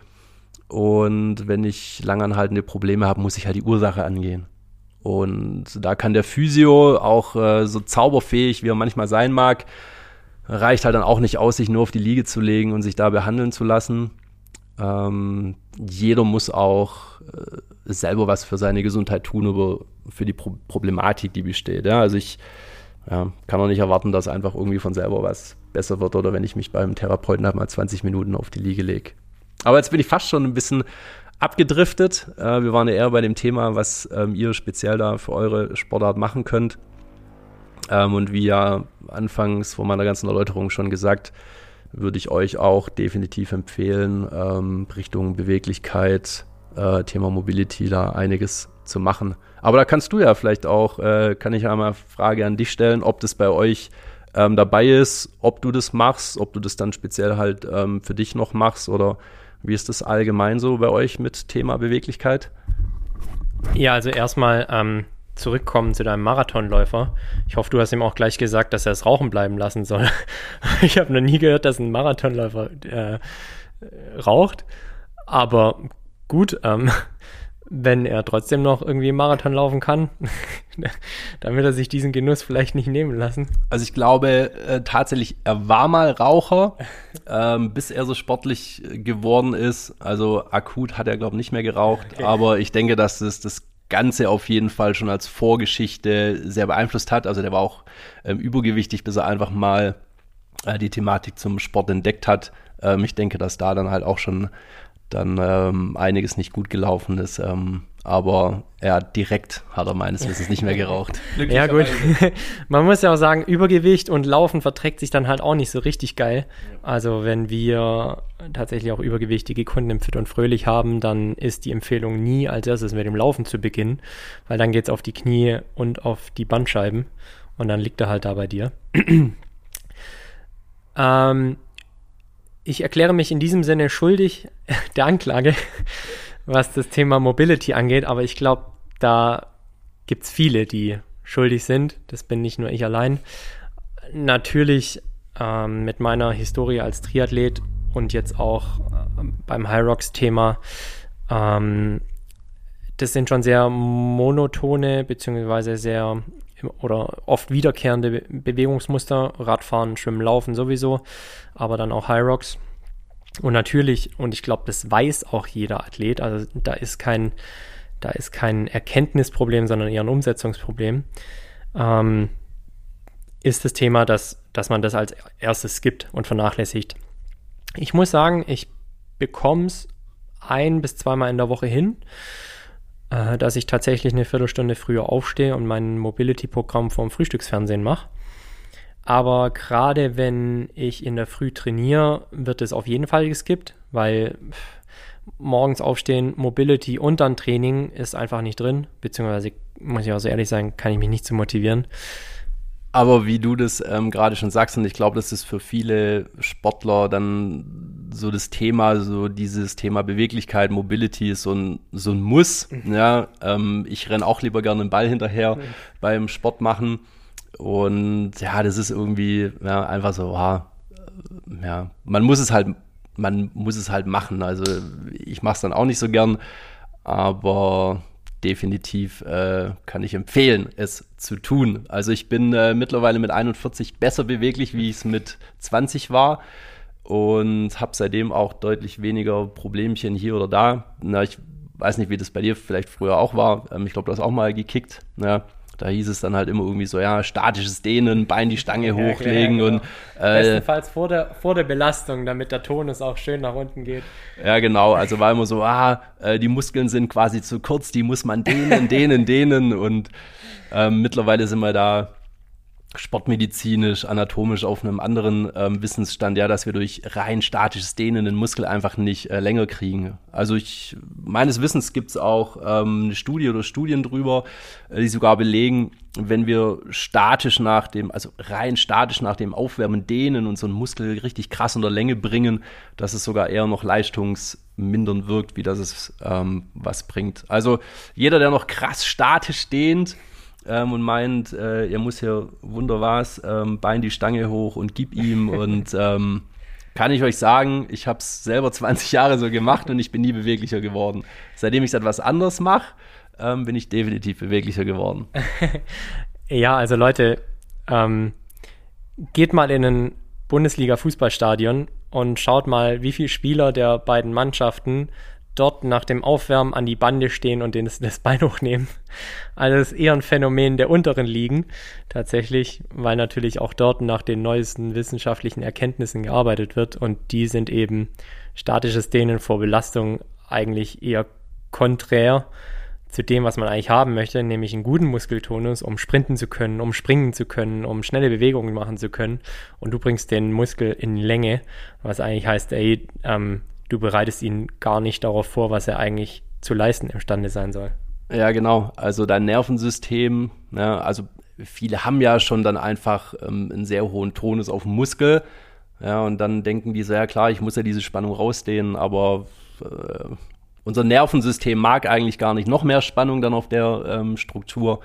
Und wenn ich langanhaltende Probleme habe, muss ich halt die Ursache angehen. Und da kann der Physio auch äh, so zauberfähig, wie er manchmal sein mag, reicht halt dann auch nicht aus, sich nur auf die Liege zu legen und sich da behandeln zu lassen. Ähm, jeder muss auch äh, selber was für seine Gesundheit tun, über, für die Pro- Problematik, die besteht. Ja? Also ich ja, kann auch nicht erwarten, dass einfach irgendwie von selber was besser wird oder wenn ich mich beim Therapeuten halt mal zwanzig Minuten auf die Liege lege. Aber jetzt bin ich fast schon ein bisschen abgedriftet. Äh, wir waren ja eher bei dem Thema, was ähm, ihr speziell da für eure Sportart machen könnt. Ähm, und wie ja anfangs vor meiner ganzen Erläuterung schon gesagt, würde ich euch auch definitiv empfehlen, ähm, Richtung Beweglichkeit, äh, Thema Mobility da einiges zu machen. Aber da kannst du ja vielleicht auch, äh, kann ich einmal eine Frage an dich stellen, ob das bei euch ähm, dabei ist, ob du das machst, ob du das dann speziell halt ähm, für dich noch machst oder wie ist das allgemein so bei euch mit Thema Beweglichkeit? Ja, also erstmal ähm zurückkommen zu deinem Marathonläufer. Ich hoffe, du hast ihm auch gleich gesagt, dass er das Rauchen bleiben lassen soll. Ich habe noch nie gehört, dass ein Marathonläufer äh, raucht. Aber gut, ähm, wenn er trotzdem noch irgendwie Marathon laufen kann, dann wird er sich diesen Genuss vielleicht nicht nehmen lassen. Also ich glaube äh, tatsächlich, er war mal Raucher, ähm, bis er so sportlich geworden ist. Also akut hat er, glaube ich, nicht mehr geraucht. Okay. Aber ich denke, dass es das Ganze auf jeden Fall schon als Vorgeschichte sehr beeinflusst hat. Also der war auch ähm, übergewichtig, bis er einfach mal äh, die Thematik zum Sport entdeckt hat. Ähm, ich denke, dass da dann halt auch schon dann ähm, einiges nicht gut gelaufen ist. Ähm, aber er direkt hat er meines Wissens nicht mehr geraucht. Ja gut, man muss ja auch sagen, Übergewicht und Laufen verträgt sich dann halt auch nicht so richtig geil. Also wenn wir tatsächlich auch übergewichtige Kunden im Fit und Fröhlich haben, dann ist die Empfehlung nie als erstes mit dem Laufen zu beginnen, weil dann geht es auf die Knie und auf die Bandscheiben und dann liegt er halt da bei dir. ähm, ich erkläre mich in diesem Sinne schuldig der Anklage, was das Thema Mobility angeht, aber ich glaube, da gibt es viele, die schuldig sind. Das bin nicht nur ich allein. Natürlich ähm, mit meiner Historie als Triathlet und jetzt auch äh, beim Hyrox-Thema, ähm, das sind schon sehr monotone beziehungsweise sehr oder oft wiederkehrende Be- Bewegungsmuster, Radfahren, Schwimmen, Laufen sowieso, aber dann auch Hyrox. Und natürlich, und ich glaube, das weiß auch jeder Athlet, also da ist kein, da ist kein Erkenntnisproblem, sondern eher ein Umsetzungsproblem, ähm, ist das Thema, dass, dass man das als erstes skippt und vernachlässigt. Ich muss sagen, ich bekomme es ein- bis zweimal in der Woche hin, äh, dass ich tatsächlich eine Viertelstunde früher aufstehe und mein Mobility-Programm vorm Frühstücksfernsehen mache. Aber gerade wenn ich in der Früh trainiere, wird es auf jeden Fall geskippt, weil morgens aufstehen, Mobility und dann Training ist einfach nicht drin. Beziehungsweise, muss ich auch so ehrlich sagen, kann ich mich nicht zu motivieren. Aber wie du das ähm, gerade schon sagst, und ich glaube, das ist für viele Sportler dann so das Thema, so dieses Thema Beweglichkeit, Mobility ist so ein, so ein Muss. Mhm. Ja, ähm, ich renne auch lieber gerne einen Ball hinterher mhm. beim Sport machen. Und ja, das ist irgendwie ja, einfach so, ja, ja, man muss es halt, man muss es halt machen. Also ich mache es dann auch nicht so gern, aber definitiv äh, kann ich empfehlen, es zu tun. Also ich bin äh, mittlerweile mit einundvierzig besser beweglich, wie ich es mit zwanzig war und habe seitdem auch deutlich weniger Problemchen hier oder da. Na, ich weiß nicht, wie das bei dir vielleicht früher auch war. Ähm, ich glaube, du hast auch mal gekickt. Ja. Da hieß es dann halt immer irgendwie so, ja, statisches Dehnen, Bein die Stange ja, hochlegen. Klar, ja, genau. und äh, bestenfalls vor der, vor der Belastung, damit der Tonus auch schön nach unten geht. Ja, genau. Also war immer so, ah, äh, die Muskeln sind quasi zu kurz, die muss man dehnen, dehnen, dehnen. Und ähm, mittlerweile sind wir da sportmedizinisch, anatomisch auf einem anderen ähm, Wissensstand, ja, dass wir durch rein statisches Dehnen den Muskel einfach nicht äh, länger kriegen. Also ich, meines Wissens gibt es auch ähm, eine Studie oder Studien drüber, äh, die sogar belegen, wenn wir statisch nach dem, also rein statisch nach dem Aufwärmen dehnen und so einen Muskel richtig krass in der Länge bringen, dass es sogar eher noch leistungsmindernd wirkt, wie dass es ähm, was bringt. Also jeder, der noch krass statisch dehnt, Ähm, und meint, äh, er muss hier wunderwas, ähm, Bein die Stange hoch und gib ihm. Und ähm, kann ich euch sagen, ich habe es selber zwanzig Jahre so gemacht und ich bin nie beweglicher geworden. Seitdem ich etwas anderes mache, ähm, bin ich definitiv beweglicher geworden. Ja, also Leute, ähm, geht mal in ein Bundesliga-Fußballstadion und schaut mal, wie viele Spieler der beiden Mannschaften dort nach dem Aufwärmen an die Bande stehen und das, das Bein hochnehmen. Also das ist eher ein Phänomen der unteren Ligen tatsächlich, weil natürlich auch dort nach den neuesten wissenschaftlichen Erkenntnissen gearbeitet wird und die sind eben statisches Dehnen vor Belastung eigentlich eher konträr zu dem, was man eigentlich haben möchte, nämlich einen guten Muskeltonus, um sprinten zu können, um springen zu können, um schnelle Bewegungen machen zu können und du bringst den Muskel in Länge, was eigentlich heißt, ey, ähm, du bereitest ihn gar nicht darauf vor, was er eigentlich zu leisten imstande sein soll. Ja, genau. Also dein Nervensystem, ja, also viele haben ja schon dann einfach ähm, einen sehr hohen Tonus auf dem Muskel. Ja, und dann denken die so, ja klar, ich muss ja diese Spannung rausdehnen, aber äh, unser Nervensystem mag eigentlich gar nicht noch mehr Spannung dann auf der ähm, Struktur.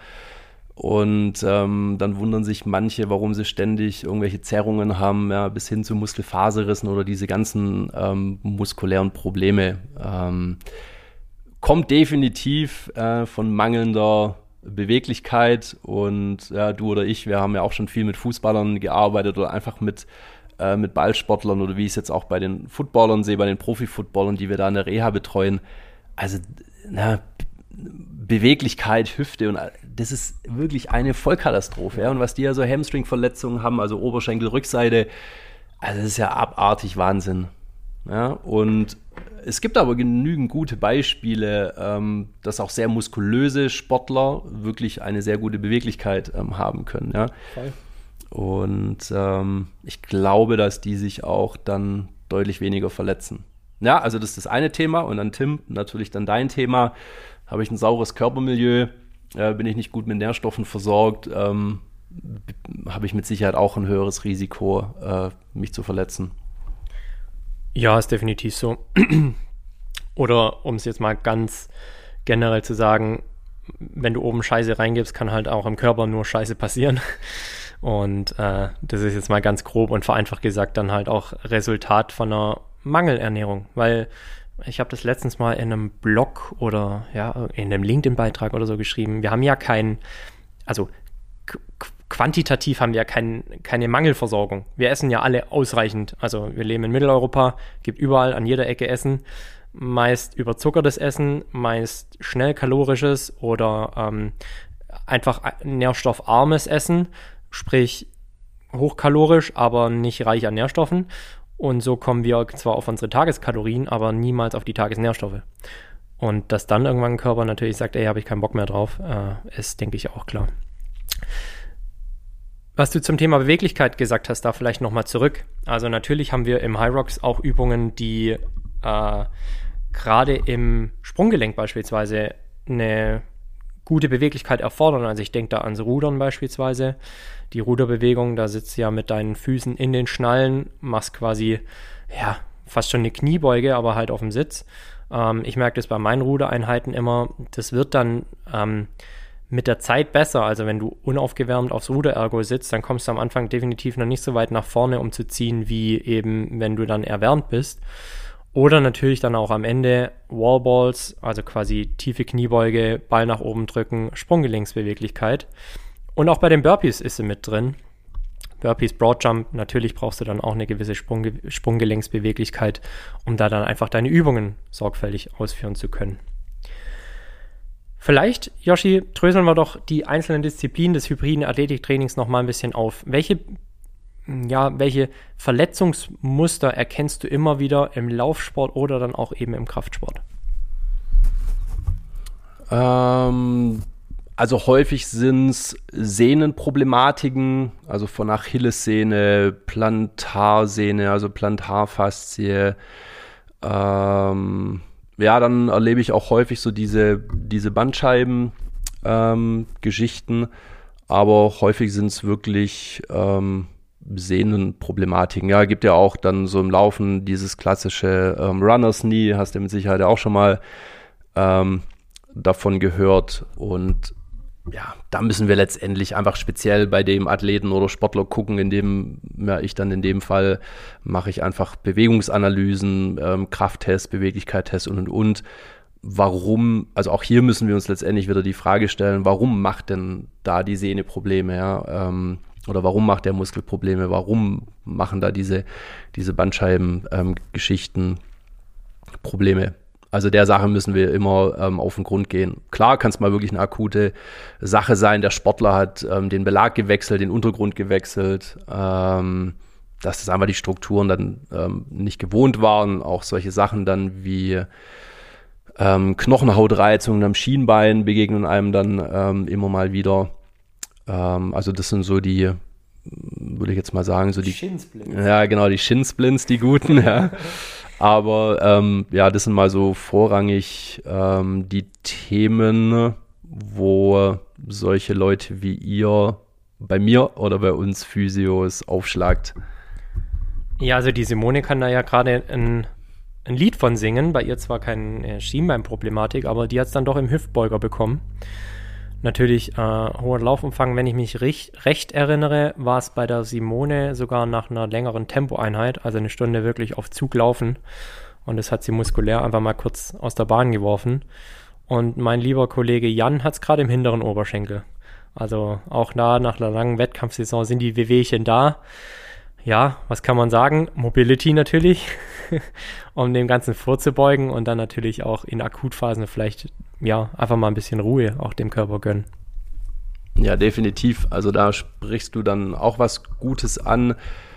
Und ähm, dann wundern sich manche, warum sie ständig irgendwelche Zerrungen haben, ja, bis hin zu Muskelfaserrissen oder diese ganzen ähm, muskulären Probleme. Ähm, kommt definitiv äh, von mangelnder Beweglichkeit und ja, du oder ich, wir haben ja auch schon viel mit Fußballern gearbeitet oder einfach mit, äh, mit Ballsportlern oder wie ich es jetzt auch bei den Footballern sehe, bei den Profi-Footballern, die wir da in der Reha betreuen. Also, na, Beweglichkeit, Hüfte und das ist wirklich eine Vollkatastrophe. Ja? Und was die ja so Hamstring-Verletzungen haben, also Oberschenkel, Rückseite, also das ist ja abartig Wahnsinn. Ja? Und es gibt aber genügend gute Beispiele, ähm, dass auch sehr muskulöse Sportler wirklich eine sehr gute Beweglichkeit ähm, haben können. Ja? Voll. Und ähm, ich glaube, dass die sich auch dann deutlich weniger verletzen. Ja, also das ist das eine Thema. Und dann Tim, natürlich dann dein Thema. Habe ich ein saures Körpermilieu, äh, bin ich nicht gut mit Nährstoffen versorgt, ähm, b- habe ich mit Sicherheit auch ein höheres Risiko, äh, mich zu verletzen. Ja, ist definitiv so. Oder um es jetzt mal ganz generell zu sagen, wenn du oben Scheiße reingibst, kann halt auch im Körper nur Scheiße passieren. Und äh, das ist jetzt mal ganz grob und vereinfacht gesagt dann halt auch Resultat von einer Mangelernährung, weil ich habe das letztens mal in einem Blog oder ja, in einem LinkedIn-Beitrag oder so geschrieben. Wir haben ja kein, also qu- quantitativ haben wir ja kein, keine Mangelversorgung. Wir essen ja alle ausreichend. Also wir leben in Mitteleuropa, gibt überall an jeder Ecke Essen. Meist überzuckertes Essen, meist schnell kalorisches oder ähm, einfach nährstoffarmes Essen, sprich hochkalorisch, aber nicht reich an Nährstoffen. Und so kommen wir zwar auf unsere Tageskalorien, aber niemals auf die Tagesnährstoffe. Und dass dann irgendwann ein Körper natürlich sagt, ey, habe ich keinen Bock mehr drauf, äh, ist, denke ich, auch klar. Was du zum Thema Beweglichkeit gesagt hast, da vielleicht nochmal zurück. Also natürlich haben wir im Hyrox auch Übungen, die äh, gerade im Sprunggelenk beispielsweise eine gute Beweglichkeit erfordern. Also ich denke da ans Rudern beispielsweise. Die Ruderbewegung, da sitzt du ja mit deinen Füßen in den Schnallen, machst quasi, ja, fast schon eine Kniebeuge, aber halt auf dem Sitz. Ähm, ich merke das bei meinen Rudereinheiten immer, das wird dann ähm, mit der Zeit besser. Also wenn du unaufgewärmt aufs Ruderergo sitzt, dann kommst du am Anfang definitiv noch nicht so weit nach vorne, um zu ziehen, wie eben, wenn du dann erwärmt bist. Oder natürlich dann auch am Ende Wallballs, also quasi tiefe Kniebeuge, Ball nach oben drücken, Sprunggelenksbeweglichkeit. Und auch bei den Burpees ist sie mit drin. Burpees, Broadjump, natürlich brauchst du dann auch eine gewisse Sprung, Sprunggelenksbeweglichkeit, um da dann einfach deine Übungen sorgfältig ausführen zu können. Vielleicht, Yoshi, dröseln wir doch die einzelnen Disziplinen des hybriden Athletiktrainings nochmal ein bisschen auf. Welche, ja, welche Verletzungsmuster erkennst du immer wieder im Laufsport oder dann auch eben im Kraftsport? Ähm... Also häufig sind es Sehnenproblematiken, also von Achillessehne, Plantarsehne, also Plantarfaszie. Ähm, ja, dann erlebe ich auch häufig so diese, diese Bandscheiben-Geschichten, ähm, aber häufig sind es wirklich ähm, Sehnenproblematiken. Ja, gibt ja auch dann so im Laufen dieses klassische ähm, Runner's Knee, hast du mit Sicherheit auch schon mal ähm, davon gehört. Und ja, da müssen wir letztendlich einfach speziell bei dem Athleten oder Sportler gucken, in dem, ja, ich dann in dem Fall mache ich einfach Bewegungsanalysen, ähm, Krafttests, Beweglichkeitstests und, und, und. Warum, also auch hier müssen wir uns letztendlich wieder die Frage stellen, warum macht denn da die Sehne Probleme, ja, ähm, oder warum macht der Muskel Probleme, warum machen da diese, diese Bandscheiben-Geschichten ähm, Probleme? Also der Sache müssen wir immer ähm, auf den Grund gehen. Klar kann es mal wirklich eine akute Sache sein. Der Sportler hat ähm, den Belag gewechselt, den Untergrund gewechselt, ähm, dass das einfach die Strukturen dann ähm, nicht gewohnt waren. Auch solche Sachen dann wie ähm, Knochenhautreizungen am Schienbein begegnen einem dann ähm, immer mal wieder. Ähm, also das sind so die, würde ich jetzt mal sagen, so die Shinsplints. Ja, genau, die Shinsplints, die guten, ja. Aber ähm, ja, das sind mal so vorrangig ähm, die Themen, wo solche Leute wie ihr bei mir oder bei uns Physios aufschlagt. Ja, also die Simone kann da ja gerade ein, ein Lied von singen. Bei ihr zwar keine Schienbeinproblematik, aber die hat es dann doch im Hüftbeuger bekommen. Natürlich äh, hoher Laufumfang, wenn ich mich recht, recht erinnere, war es bei der Simone sogar nach einer längeren Tempoeinheit, also eine Stunde wirklich auf Zug laufen. Und das hat sie muskulär einfach mal kurz aus der Bahn geworfen. Und mein lieber Kollege Jan hat es gerade im hinteren Oberschenkel. Also auch da nach einer langen Wettkampfsaison sind die Wehwehchen da. Ja, was kann man sagen? Mobility natürlich, um dem Ganzen vorzubeugen und dann natürlich auch in Akutphasen vielleicht, ja, einfach mal ein bisschen Ruhe auch dem Körper gönnen. Ja, definitiv. Also da sprichst du dann auch was Gutes an.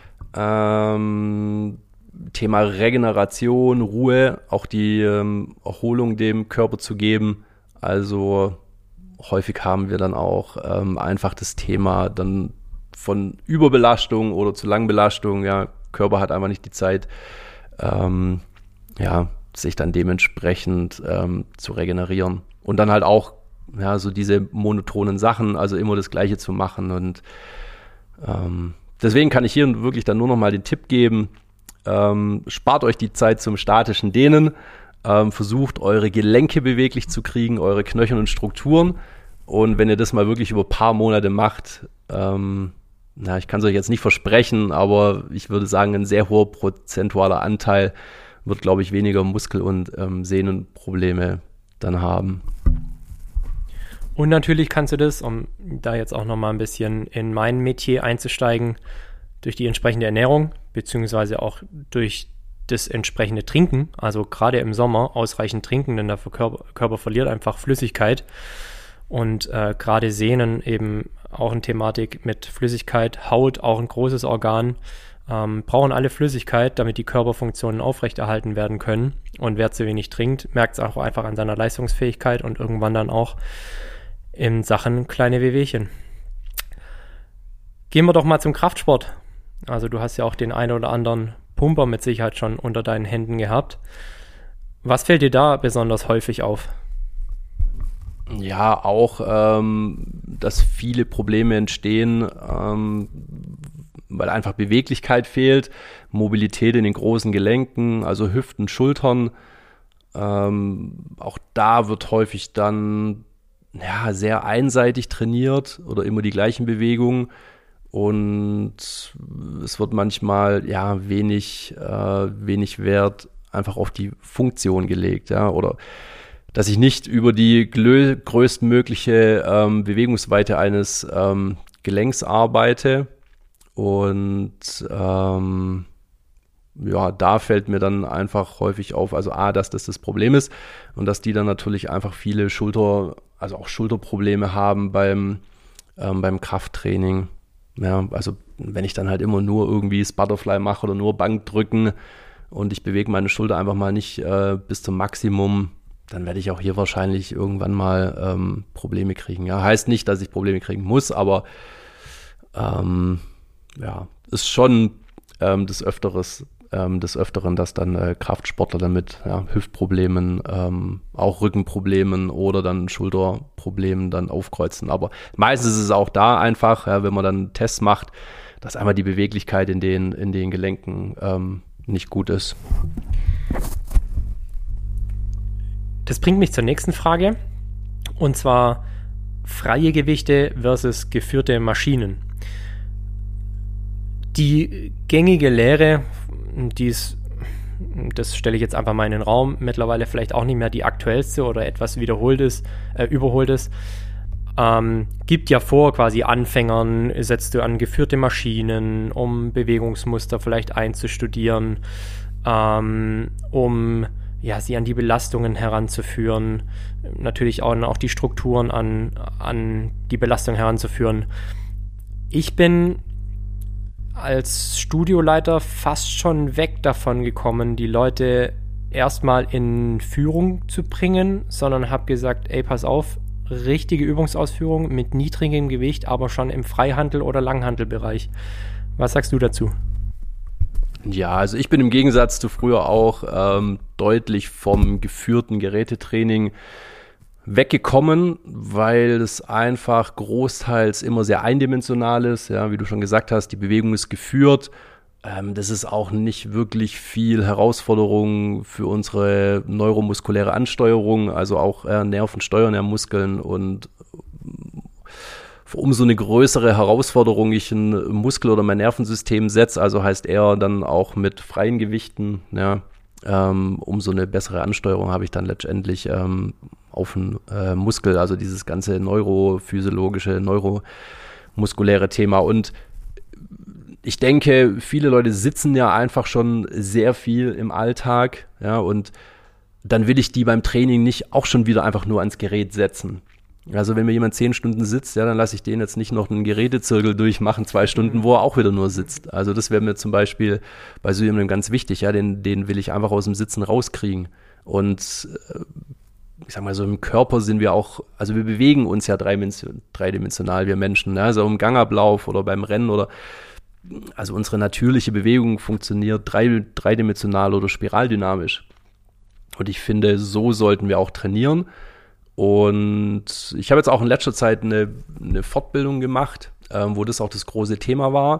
Ähm, Thema Regeneration, Ruhe, auch die ähm, Erholung dem Körper zu geben. Also häufig haben wir dann auch ähm, einfach das Thema dann von Überbelastung oder zu Langbelastung, ja, Körper hat einfach nicht die Zeit, ähm, ja, sich dann dementsprechend ähm, zu regenerieren. Und dann halt auch, ja, so diese monotonen Sachen, also immer das Gleiche zu machen. Und ähm, deswegen kann ich hier wirklich dann nur noch mal den Tipp geben, ähm, spart euch die Zeit zum statischen Dehnen, ähm, versucht eure Gelenke beweglich zu kriegen, eure Knöchel und Strukturen. Und wenn ihr das mal wirklich über ein paar Monate macht, ähm, na, ich kann es euch jetzt nicht versprechen, aber ich würde sagen, ein sehr hoher prozentualer Anteil wird, glaube ich, weniger Muskel- und ähm, Sehnenprobleme dann haben. Und natürlich kannst du das, um da jetzt auch nochmal ein bisschen in mein Metier einzusteigen, durch die entsprechende Ernährung, beziehungsweise auch durch das entsprechende Trinken, also gerade im Sommer ausreichend trinken, denn der Körper, Körper verliert einfach Flüssigkeit. Und äh, gerade Sehnen eben auch eine Thematik mit Flüssigkeit, Haut auch ein großes Organ, ähm, brauchen alle Flüssigkeit, damit die Körperfunktionen aufrechterhalten werden können. Und wer zu wenig trinkt, merkt es auch einfach an seiner Leistungsfähigkeit und irgendwann dann auch in Sachen kleine Wehwehchen. Gehen wir doch mal zum Kraftsport. Also du hast ja auch den einen oder anderen Pumper mit Sicherheit schon unter deinen Händen gehabt. Was fällt dir da besonders häufig auf? Ja, auch, ähm, dass viele Probleme entstehen, ähm, weil einfach Beweglichkeit fehlt, Mobilität in den großen Gelenken, also Hüften, Schultern. Ähm, auch da wird häufig dann ja, sehr einseitig trainiert oder immer die gleichen Bewegungen. Und es wird manchmal ja wenig, äh, wenig Wert einfach auf die Funktion gelegt, ja, oder dass ich nicht über die glö- größtmögliche ähm, Bewegungsweite eines ähm, Gelenks arbeite. Und ähm, ja, da fällt mir dann einfach häufig auf, also A, dass das das Problem ist und dass die dann natürlich einfach viele Schulter, also auch Schulterprobleme haben beim, ähm, beim Krafttraining. Ja, also wenn ich dann halt immer nur irgendwie das Butterfly mache oder nur Bankdrücken und ich bewege meine Schulter einfach mal nicht äh, bis zum Maximum, dann werde ich auch hier wahrscheinlich irgendwann mal ähm, Probleme kriegen. Ja, heißt nicht, dass ich Probleme kriegen muss, aber ähm, ja, ist schon ähm, des Öfteres, ähm, des Öfteren, dass dann äh, Kraftsportler dann mit ja, Hüftproblemen, ähm, auch Rückenproblemen oder dann Schulterproblemen dann aufkreuzen. Aber meistens ist es auch da einfach, ja, wenn man dann Tests macht, dass einmal die Beweglichkeit in den, in den Gelenken ähm, nicht gut ist. Das bringt mich zur nächsten Frage, und zwar freie Gewichte versus geführte Maschinen. Die gängige Lehre, die ist, das stelle ich jetzt einfach mal in den Raum, mittlerweile vielleicht auch nicht mehr die aktuellste oder etwas wiederholtes, äh, überholtes, ähm, gibt ja vor, quasi Anfängern setzt du an geführte Maschinen, um Bewegungsmuster vielleicht einzustudieren, ähm, um ja, sie an die Belastungen heranzuführen, natürlich auch, auch die Strukturen an, an die Belastung heranzuführen. Ich bin als Studioleiter fast schon weg davon gekommen, die Leute erstmal in Führung zu bringen, sondern habe gesagt, ey, pass auf, richtige Übungsausführung mit niedrigem Gewicht, aber schon im Freihandel- oder Langhantelbereich. Was sagst du dazu? Ja, also ich bin im Gegensatz zu früher auch ähm, deutlich vom geführten Gerätetraining weggekommen, weil es einfach großteils immer sehr eindimensional ist. Ja, wie du schon gesagt hast, die Bewegung ist geführt. Ähm, das ist auch nicht wirklich viel Herausforderung für unsere neuromuskuläre Ansteuerung, also auch äh, Nerven steuern ja Muskeln, und umso eine größere Herausforderung ich ein Muskel- oder mein Nervensystem setze, also heißt eher dann auch mit freien Gewichten, ja, ähm, umso eine bessere Ansteuerung habe ich dann letztendlich ähm, auf den äh, Muskel, also dieses ganze neurophysiologische, neuromuskuläre Thema. Und ich denke, viele Leute sitzen ja einfach schon sehr viel im Alltag, ja, und dann will ich die beim Training nicht auch schon wieder einfach nur ans Gerät setzen. Also wenn mir jemand zehn Stunden sitzt, ja, dann lasse ich den jetzt nicht noch einen Gerätezirkel durchmachen, zwei Stunden, wo er auch wieder nur sitzt. Also das wäre mir zum Beispiel bei so jemandem ganz wichtig, ja, den, den will ich einfach aus dem Sitzen rauskriegen. Und äh, ich sag mal so, im Körper sind wir auch, also wir bewegen uns ja dreidimensional, wir Menschen, ne? Also im Gangablauf oder beim Rennen oder, also unsere natürliche Bewegung funktioniert drei, dreidimensional oder spiraldynamisch. Und ich finde, so sollten wir auch trainieren. Und ich habe jetzt auch in letzter Zeit eine, eine Fortbildung gemacht, ähm, wo das auch das große Thema war.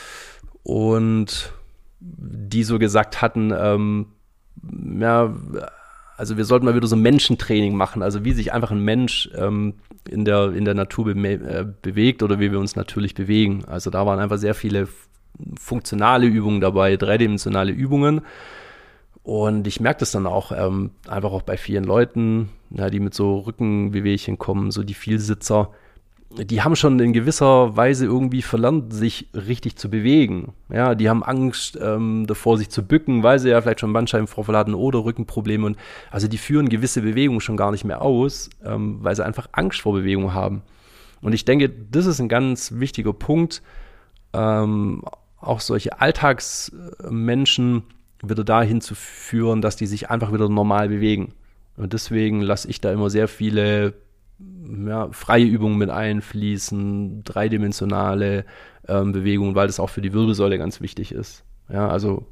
Und die so gesagt hatten, ähm, ja, also wir sollten mal wieder so Menschentraining machen, also wie sich einfach ein Mensch ähm, in der, in der Natur be- äh, bewegt oder wie wir uns natürlich bewegen. Also da waren einfach sehr viele funktionale Übungen dabei, dreidimensionale Übungen. Und ich merke das dann auch ähm, einfach auch bei vielen Leuten, ja, die mit so Rückenbewegchen kommen, so die Vielsitzer, die haben schon in gewisser Weise irgendwie verlernt, sich richtig zu bewegen. Ja, die haben Angst ähm, davor, sich zu bücken, weil sie ja vielleicht schon Bandscheibenvorfall hatten oder Rückenprobleme. Und also die führen gewisse Bewegungen schon gar nicht mehr aus, ähm, weil sie einfach Angst vor Bewegung haben. Und ich denke, das ist ein ganz wichtiger Punkt, ähm, auch solche Alltagsmenschen wieder dahin zu führen, dass die sich einfach wieder normal bewegen. Und deswegen lasse ich da immer sehr viele ja, freie Übungen mit einfließen, dreidimensionale ähm, Bewegungen, weil das auch für die Wirbelsäule ganz wichtig ist. Ja, also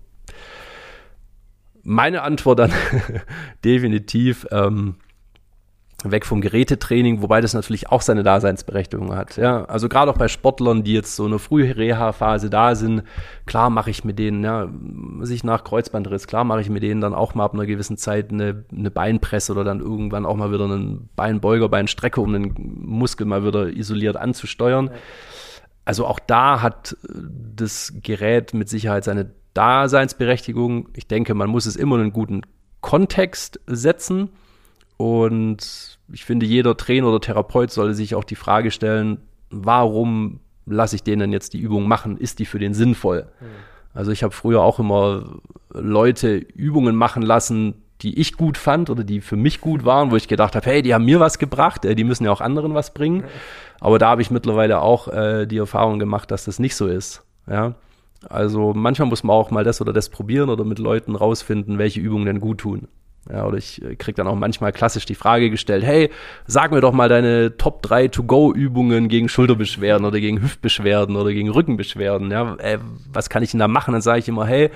meine Antwort dann definitiv ähm, weg vom Gerätetraining, wobei das natürlich auch seine Daseinsberechtigung hat. Ja, also gerade auch bei Sportlern, die jetzt so eine frühe Reha-Phase da sind, klar mache ich mit denen, ja, sich nach Kreuzbandriss, klar mache ich mit denen dann auch mal ab einer gewissen Zeit eine, eine Beinpresse oder dann irgendwann auch mal wieder einen Beinbeuger, Beinstrecke, um den Muskel mal wieder isoliert anzusteuern. Ja. Also auch da hat das Gerät mit Sicherheit seine Daseinsberechtigung. Ich denke, man muss es immer in einen guten Kontext setzen. Und ich finde, jeder Trainer oder Therapeut sollte sich auch die Frage stellen, warum lasse ich denen jetzt die Übung machen? Ist die für den sinnvoll? Mhm. Also ich habe früher auch immer Leute Übungen machen lassen, die ich gut fand oder die für mich gut waren, wo ich gedacht habe, hey, die haben mir was gebracht, die müssen ja auch anderen was bringen. Mhm. Aber da habe ich mittlerweile auch äh, die Erfahrung gemacht, dass das nicht so ist. Ja? Also manchmal muss man auch mal das oder das probieren oder mit Leuten rausfinden, welche Übungen denn gut tun. Ja, oder ich kriege dann auch manchmal klassisch die Frage gestellt, hey, sag mir doch mal deine Top drei To-Go-Übungen gegen Schulterbeschwerden oder gegen Hüftbeschwerden oder gegen Rückenbeschwerden. Ja, äh, was kann ich denn da machen? Dann sage ich immer, hey,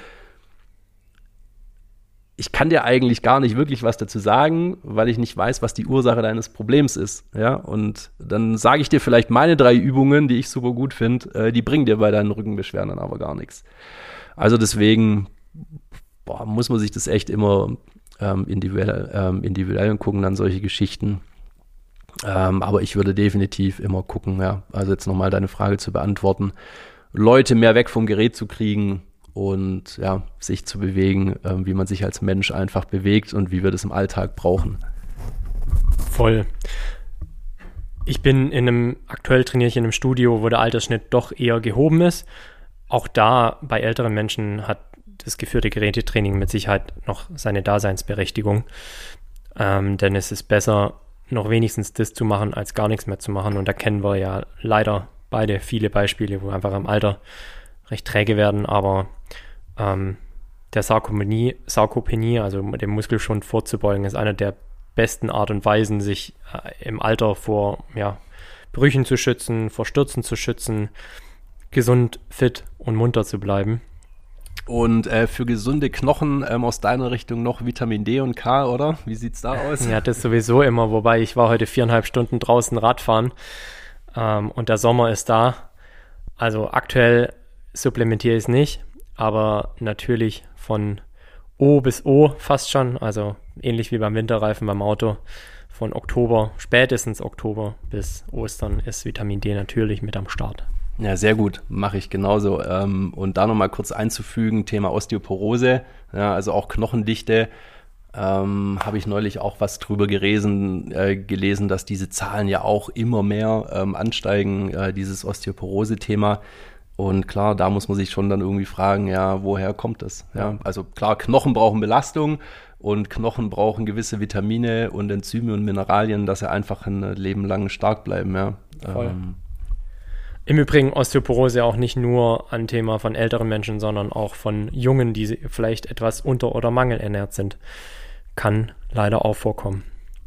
ich kann dir eigentlich gar nicht wirklich was dazu sagen, weil ich nicht weiß, was die Ursache deines Problems ist. Ja, und dann sage ich dir vielleicht meine drei Übungen, die ich super gut finde, äh, die bringen dir bei deinen Rückenbeschwerden dann aber gar nichts. Also deswegen boah, muss man sich das echt immer ähm, individuell, ähm, individuell gucken, dann solche Geschichten. Ähm, aber ich würde definitiv immer gucken, ja, also jetzt nochmal deine Frage zu beantworten, Leute mehr weg vom Gerät zu kriegen und ja, sich zu bewegen, äh, wie man sich als Mensch einfach bewegt und wie wir das im Alltag brauchen. Voll. Ich bin in einem, aktuell trainiere ich in einem Studio, wo der Altersschnitt doch eher gehoben ist. Auch da bei älteren Menschen hat das geführte Gerätetraining mit Sicherheit noch seine Daseinsberechtigung. Ähm, denn es ist besser, noch wenigstens das zu machen, als gar nichts mehr zu machen. Und da kennen wir ja leider beide viele Beispiele, wo einfach im Alter recht träge werden. Aber ähm, der Sarkopenie, Sarkopenie, also dem Muskelschwund vorzubeugen, ist eine der besten Art und Weisen, sich äh, im Alter vor ja, Brüchen zu schützen, vor Stürzen zu schützen, gesund, fit und munter zu bleiben. Und äh, für gesunde Knochen ähm, aus deiner Richtung noch Vitamin D und K, oder? Wie sieht's da aus? Ja, das sowieso immer, wobei ich war heute viereinhalb Stunden draußen Radfahren ähm, und der Sommer ist da. Also aktuell supplementiere ich es nicht, aber natürlich von O bis O fast schon, also ähnlich wie beim Winterreifen beim Auto. Von Oktober, spätestens Oktober bis Ostern ist Vitamin D natürlich mit am Start. Ja, sehr gut, mache ich genauso. Ähm, und da nochmal kurz einzufügen, Thema Osteoporose, ja, also auch Knochendichte, ähm, habe ich neulich auch was drüber gelesen, äh, gelesen, dass diese Zahlen ja auch immer mehr ähm, ansteigen, äh, dieses Osteoporose-Thema. Und klar, da muss man sich schon dann irgendwie fragen, ja, woher kommt das? Ja, also klar, Knochen brauchen Belastung und Knochen brauchen gewisse Vitamine und Enzyme und Mineralien, dass sie einfach ein Leben lang stark bleiben, ja. Voll. Ähm, Im Übrigen Osteoporose auch nicht nur ein Thema von älteren Menschen, sondern auch von Jungen, die vielleicht etwas unter- oder mangelernährt sind. Kann leider auch vorkommen.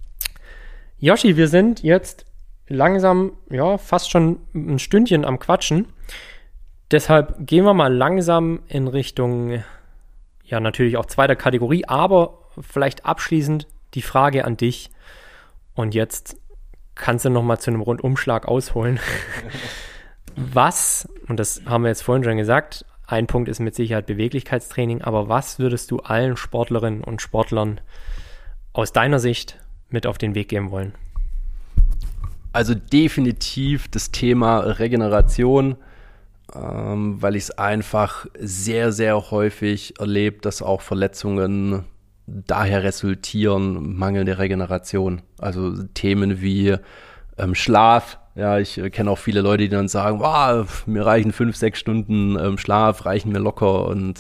Yoshi, wir sind jetzt langsam, ja, fast schon ein Stündchen am Quatschen. Deshalb gehen wir mal langsam in Richtung, ja, natürlich auch zweiter Kategorie, aber vielleicht abschließend die Frage an dich. Und jetzt kannst du nochmal zu einem Rundumschlag ausholen. Was, und das haben wir jetzt vorhin schon gesagt, ein Punkt ist mit Sicherheit Beweglichkeitstraining, aber was würdest du allen Sportlerinnen und Sportlern aus deiner Sicht mit auf den Weg geben wollen? Also definitiv das Thema Regeneration, ähm, weil ich es einfach sehr, sehr häufig erlebe, dass auch Verletzungen daher resultieren, mangelnde Regeneration. Also Themen wie ähm, Schlaf. Ja, ich äh, kenne auch viele Leute, die dann sagen, wow, mir reichen fünf, sechs Stunden ähm, Schlaf, reichen mir locker. Und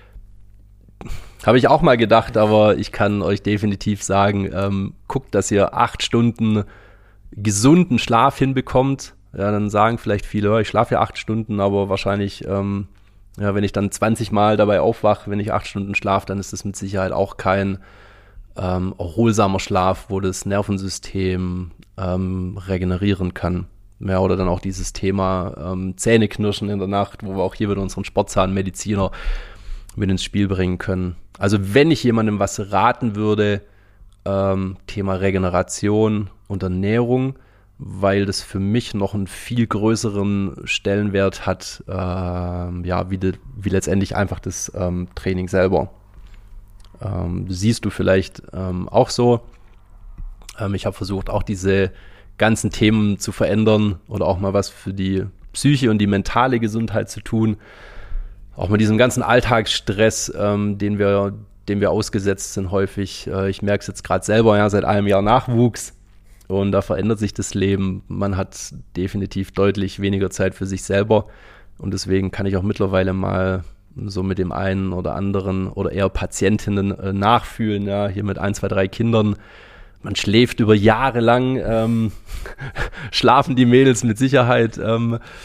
habe ich auch mal gedacht, aber ich kann euch definitiv sagen, ähm, guckt, dass ihr acht Stunden gesunden Schlaf hinbekommt. Ja, dann sagen vielleicht viele, ja, ich schlafe ja acht Stunden, aber wahrscheinlich, ähm, ja, wenn ich dann zwanzig Mal dabei aufwache, wenn ich acht Stunden schlafe, dann ist das mit Sicherheit auch kein ähm, erholsamer Schlaf, wo das Nervensystem ähm, regenerieren kann. Ja, oder dann auch dieses Thema ähm, Zähneknirschen in der Nacht, wo wir auch hier wieder unseren Sportzahnmediziner mit ins Spiel bringen können. Also wenn ich jemandem was raten würde, ähm, Thema Regeneration und Ernährung, weil das für mich noch einen viel größeren Stellenwert hat, äh, ja, wie, de, wie letztendlich einfach das ähm, Training selber. Ähm, siehst du vielleicht ähm, auch so. Ähm, ich habe versucht, auch diese ganzen Themen zu verändern oder auch mal was für die Psyche und die mentale Gesundheit zu tun. Auch mit diesem ganzen Alltagsstress, ähm, den wir, dem wir ausgesetzt sind häufig. Äh, ich merke es jetzt gerade selber, ja, seit einem Jahr Nachwuchs. Und da verändert sich das Leben. Man hat definitiv deutlich weniger Zeit für sich selber. Und deswegen kann ich auch mittlerweile mal so mit dem einen oder anderen oder eher Patientinnen äh, nachfühlen. Ja, hier mit ein, zwei, drei Kindern. Man schläft über Jahre lang, ähm, schlafen die Mädels mit Sicherheit ähm,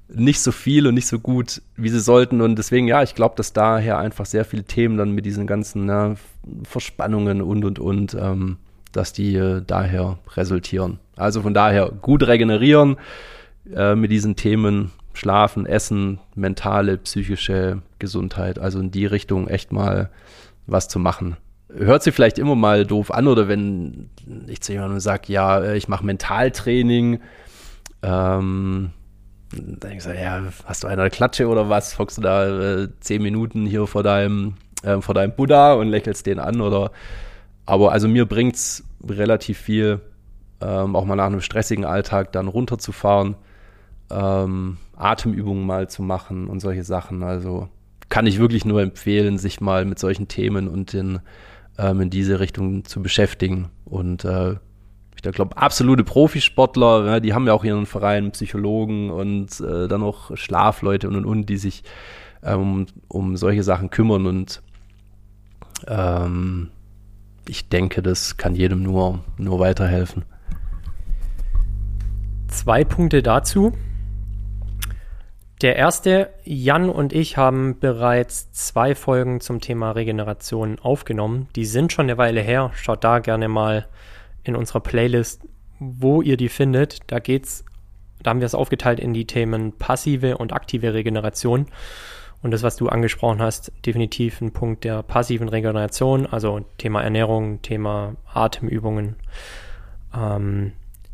nicht so viel und nicht so gut, wie sie sollten. Und deswegen, ja, ich glaube, dass daher einfach sehr viele Themen dann mit diesen ganzen na, Verspannungen und, und, und, ähm, dass die äh, daher resultieren. Also von daher gut regenerieren äh, mit diesen Themen, Schlafen, Essen, mentale, psychische Gesundheit. Also in die Richtung echt mal was zu machen. Hört sich vielleicht immer mal doof an, oder wenn ich zu jemandem sage, ja, ich mache Mentaltraining, ähm, dann denke ich so, ja, hast du eine Klatsche oder was? Hockst du da äh, zehn Minuten hier vor deinem, äh, vor deinem Buddha und lächelst den an? Oder, aber also mir bringt's relativ viel, ähm, auch mal nach einem stressigen Alltag dann runterzufahren, ähm, Atemübungen mal zu machen und solche Sachen. Also kann ich wirklich nur empfehlen, sich mal mit solchen Themen und in, ähm, in diese Richtung zu beschäftigen. Und äh, ich glaube, absolute Profisportler, ja, die haben ja auch ihren Verein, Psychologen und äh, dann auch Schlafleute und und und, die sich ähm, um solche Sachen kümmern. Und ähm, ich denke, das kann jedem nur, nur weiterhelfen. Zwei Punkte dazu. Der erste, Jan und ich haben bereits zwei Folgen zum Thema Regeneration aufgenommen. Die sind schon eine Weile her. Schaut da gerne mal in unserer Playlist, wo ihr die findet. Da geht's, da haben wir es aufgeteilt in die Themen passive und aktive Regeneration. Und das, was du angesprochen hast, definitiv ein Punkt der passiven Regeneration, also Thema Ernährung, Thema Atemübungen. Ähm,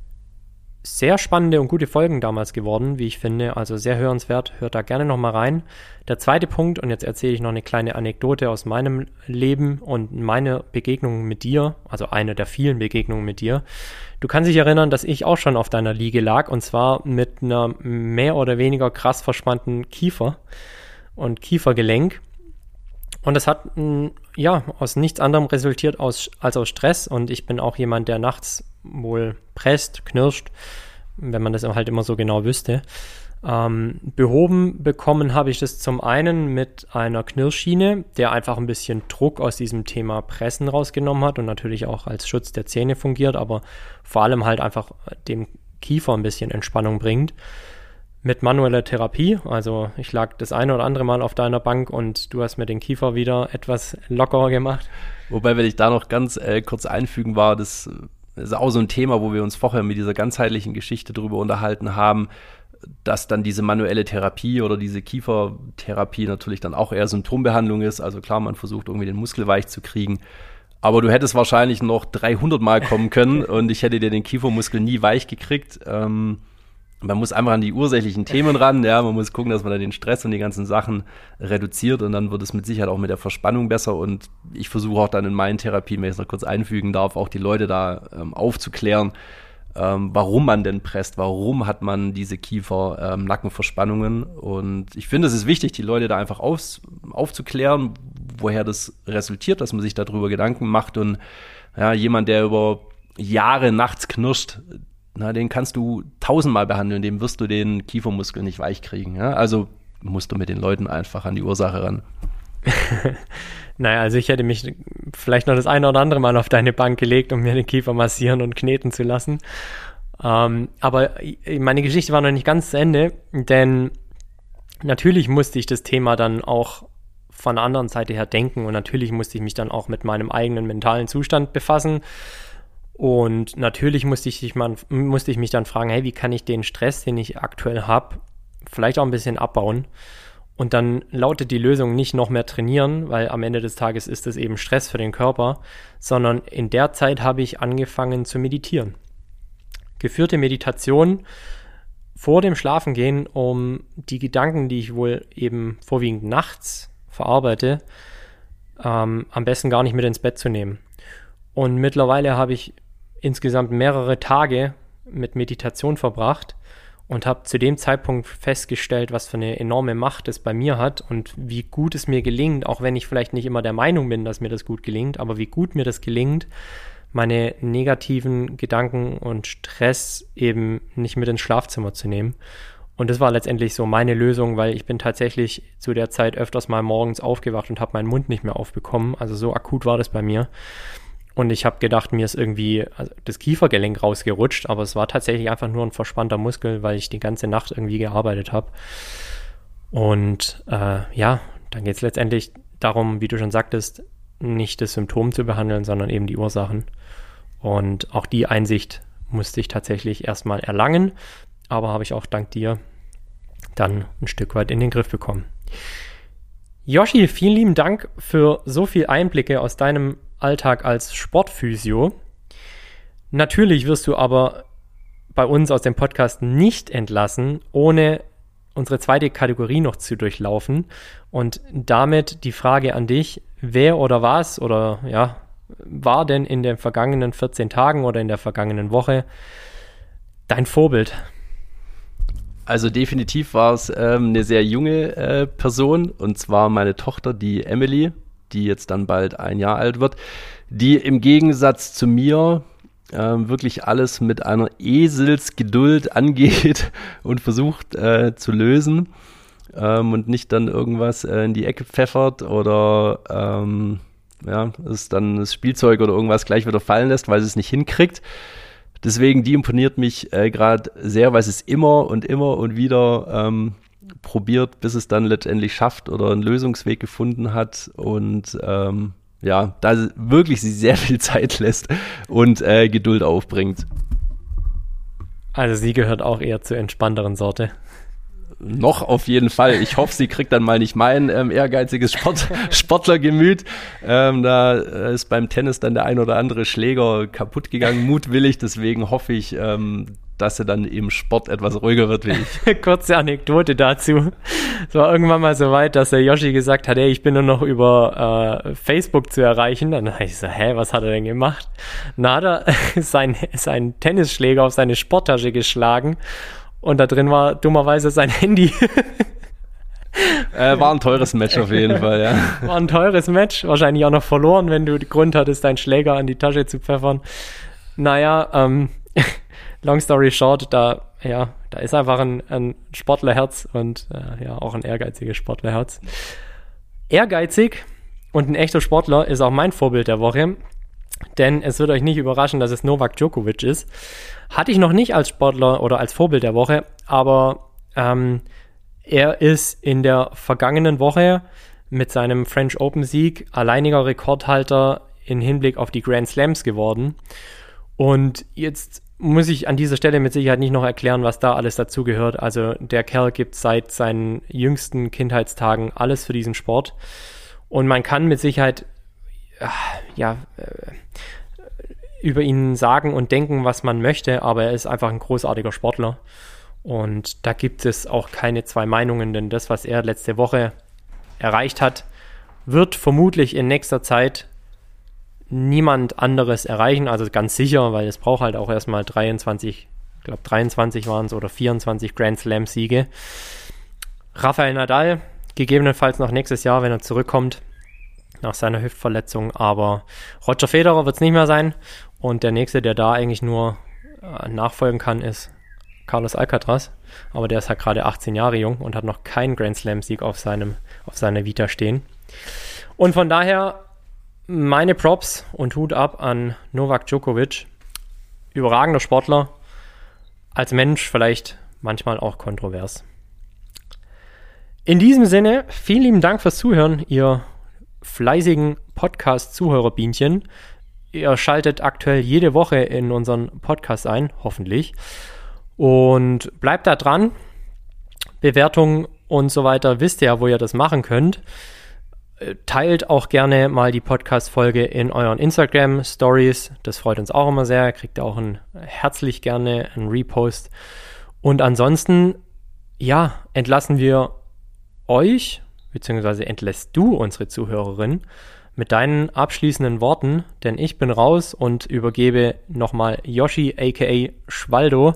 sehr spannende und gute Folgen damals geworden, wie ich finde, also sehr hörenswert. Hört da gerne nochmal rein. Der zweite Punkt, und jetzt erzähle ich noch eine kleine Anekdote aus meinem Leben und meiner Begegnung mit dir, also eine der vielen Begegnungen mit dir. Du kannst dich erinnern, dass ich auch schon auf deiner Liege lag, und zwar mit einer mehr oder weniger krass verspannten Kiefer und Kiefergelenk. Und das hat ja aus nichts anderem resultiert aus, als aus Stress. Und ich bin auch jemand, der nachts wohl presst, knirscht, wenn man das halt immer so genau wüsste. Ähm, behoben bekommen habe ich das zum einen mit einer Knirschschiene, der einfach ein bisschen Druck aus diesem Thema Pressen rausgenommen hat und natürlich auch als Schutz der Zähne fungiert, aber vor allem halt einfach dem Kiefer ein bisschen Entspannung bringt. Mit manueller Therapie, also ich lag das eine oder andere Mal auf deiner Bank und du hast mir den Kiefer wieder etwas lockerer gemacht. Wobei, wenn ich da noch ganz äh, kurz einfügen war, das ist auch so ein Thema, wo wir uns vorher mit dieser ganzheitlichen Geschichte drüber unterhalten haben, dass dann diese manuelle Therapie oder diese Kiefertherapie natürlich dann auch eher Symptombehandlung ist. Also klar, man versucht irgendwie den Muskel weich zu kriegen, aber du hättest wahrscheinlich noch dreihundert Mal kommen können und ich hätte dir den Kiefermuskel nie weich gekriegt. Ähm, Man muss einfach an die ursächlichen Themen ran, ja, man muss gucken, dass man dann den Stress und die ganzen Sachen reduziert, und dann wird es mit Sicherheit auch mit der Verspannung besser. Und ich versuche auch dann in meinen Therapien, wenn ich es noch kurz einfügen darf, auch die Leute da ähm, aufzuklären, ähm, warum man denn presst, warum hat man diese Kiefer-Nackenverspannungen. Ähm, und ich finde, es ist wichtig, die Leute da einfach aufs, aufzuklären, woher das resultiert, dass man sich darüber Gedanken macht. Und ja, jemand, der über Jahre nachts knirscht, na, den kannst du tausendmal behandeln, dem wirst du den Kiefermuskel nicht weich kriegen. Ja? Also musst du mit den Leuten einfach an die Ursache ran. Naja, also ich hätte mich vielleicht noch das eine oder andere Mal auf deine Bank gelegt, um mir den Kiefer massieren und kneten zu lassen. Ähm, aber meine Geschichte war noch nicht ganz zu Ende, denn natürlich musste ich das Thema dann auch von der anderen Seite her denken, und natürlich musste ich mich dann auch mit meinem eigenen mentalen Zustand befassen. Und natürlich musste ich, mal, musste ich mich dann fragen, hey, wie kann ich den Stress, den ich aktuell habe, vielleicht auch ein bisschen abbauen? Und dann lautet die Lösung nicht noch mehr trainieren, weil am Ende des Tages ist es eben Stress für den Körper, sondern in der Zeit habe ich angefangen zu meditieren. Geführte Meditation vor dem Schlafengehen, um die Gedanken, die ich wohl eben vorwiegend nachts verarbeite, ähm, am besten gar nicht mit ins Bett zu nehmen. Und mittlerweile habe ich insgesamt mehrere Tage mit Meditation verbracht und habe zu dem Zeitpunkt festgestellt, was für eine enorme Macht es bei mir hat und wie gut es mir gelingt, auch wenn ich vielleicht nicht immer der Meinung bin, dass mir das gut gelingt, aber wie gut mir das gelingt, meine negativen Gedanken und Stress eben nicht mit ins Schlafzimmer zu nehmen. Und das war letztendlich so meine Lösung, weil ich bin tatsächlich zu der Zeit öfters mal morgens aufgewacht und habe meinen Mund nicht mehr aufbekommen. Also so akut war das bei mir. und ich habe gedacht, mir ist irgendwie das Kiefergelenk rausgerutscht, aber es war tatsächlich einfach nur ein verspannter Muskel, weil ich die ganze Nacht irgendwie gearbeitet habe. Und äh, ja, dann geht es letztendlich darum, wie du schon sagtest, nicht das Symptom zu behandeln, sondern eben die Ursachen. Und auch die Einsicht musste ich tatsächlich erstmal erlangen, aber habe ich auch dank dir dann ein Stück weit in den Griff bekommen. Yoshi, vielen lieben Dank für so viel Einblicke aus deinem Alltag als Sportphysio. Natürlich wirst du aber bei uns aus dem Podcast nicht entlassen, ohne unsere zweite Kategorie noch zu durchlaufen. Und damit die Frage an dich, wer oder was oder ja, war denn in den vergangenen vierzehn Tagen oder in der vergangenen Woche dein Vorbild? Also definitiv war es ähm, eine sehr junge äh, Person, und zwar meine Tochter, die Emily, die jetzt dann bald ein Jahr alt wird, die im Gegensatz zu mir ähm, wirklich alles mit einer Eselsgeduld angeht und versucht äh, zu lösen ähm, und nicht dann irgendwas äh, in die Ecke pfeffert oder ähm, ja, es dann das Spielzeug oder irgendwas gleich wieder fallen lässt, weil sie es nicht hinkriegt. Deswegen, die imponiert mich äh, gerade sehr, weil sie es immer und immer und wieder ähm, probiert, bis es dann letztendlich schafft oder einen Lösungsweg gefunden hat und ähm, ja, da wirklich sie sehr viel Zeit lässt und äh, Geduld aufbringt. Also sie gehört auch eher zur entspannteren Sorte. Noch auf jeden Fall. Ich hoffe, sie kriegt dann mal nicht mein ähm, ehrgeiziges Sport, Sportlergemüt. Ähm, da ist beim Tennis dann der ein oder andere Schläger kaputt gegangen, mutwillig. Deswegen hoffe ich, ähm, dass sie dann im Sport etwas ruhiger wird wie ich. Kurze Anekdote dazu. Es war irgendwann mal so weit, dass der Yoshi gesagt hat, hey, ich bin nur noch über äh, Facebook zu erreichen. Dann habe ich so, hä, was hat er denn gemacht? Dann hat er sein, seinen Tennisschläger auf seine Sporttasche geschlagen. Und da drin war dummerweise sein Handy. äh, war ein teures Match auf jeden Fall, ja. War ein teures Match. Wahrscheinlich auch noch verloren, wenn du Grund hattest, deinen Schläger an die Tasche zu pfeffern. Naja, ähm, long story short, da, ja, da ist einfach ein, ein Sportlerherz und äh, ja, auch ein ehrgeiziges Sportlerherz. Ehrgeizig und ein echter Sportler ist auch mein Vorbild der Woche. Denn es wird euch nicht überraschen, dass es Novak Djokovic ist. Hatte ich noch nicht als Sportler oder als Vorbild der Woche, aber ähm, er ist in der vergangenen Woche mit seinem French Open Sieg alleiniger Rekordhalter in Hinblick auf die Grand Slams geworden. Und jetzt muss ich an dieser Stelle mit Sicherheit nicht noch erklären, was da alles dazugehört. Also der Kerl gibt seit seinen jüngsten Kindheitstagen alles für diesen Sport. Und man kann mit Sicherheit ja, äh, über ihn sagen und denken, was man möchte, aber er ist einfach ein großartiger Sportler und da gibt es auch keine zwei Meinungen, denn das, was er letzte Woche erreicht hat, wird vermutlich in nächster Zeit niemand anderes erreichen, also ganz sicher, weil es braucht halt auch erstmal dreiundzwanzig, ich glaube dreiundzwanzig waren es oder vierundzwanzig Grand Slam Siege. Rafael Nadal, gegebenenfalls noch nächstes Jahr, wenn er zurückkommt, nach seiner Hüftverletzung, aber Roger Federer wird es nicht mehr sein und der nächste, der da eigentlich nur äh, nachfolgen kann, ist Carlos Alcaraz, aber der ist halt gerade achtzehn Jahre jung und hat noch keinen Grand Slam Sieg auf seinem auf seiner Vita stehen. Und von daher meine Props und Hut ab an Novak Djokovic, überragender Sportler, als Mensch vielleicht manchmal auch kontrovers. In diesem Sinne, vielen lieben Dank fürs Zuhören, ihr fleißigen Podcast-Zuhörerbienchen. Ihr schaltet aktuell jede Woche in unseren Podcast ein, hoffentlich. Und bleibt da dran. Bewertungen und so weiter, wisst ihr ja, wo ihr das machen könnt. Teilt auch gerne mal die Podcast-Folge in euren Instagram-Stories. Das freut uns auch immer sehr. Kriegt ihr auch ein, herzlich gerne einen Repost. Und ansonsten, ja, entlassen wir euch, beziehungsweise entlässt du unsere Zuhörerin mit deinen abschließenden Worten, denn ich bin raus und übergebe nochmal Yoshi aka Schwaldo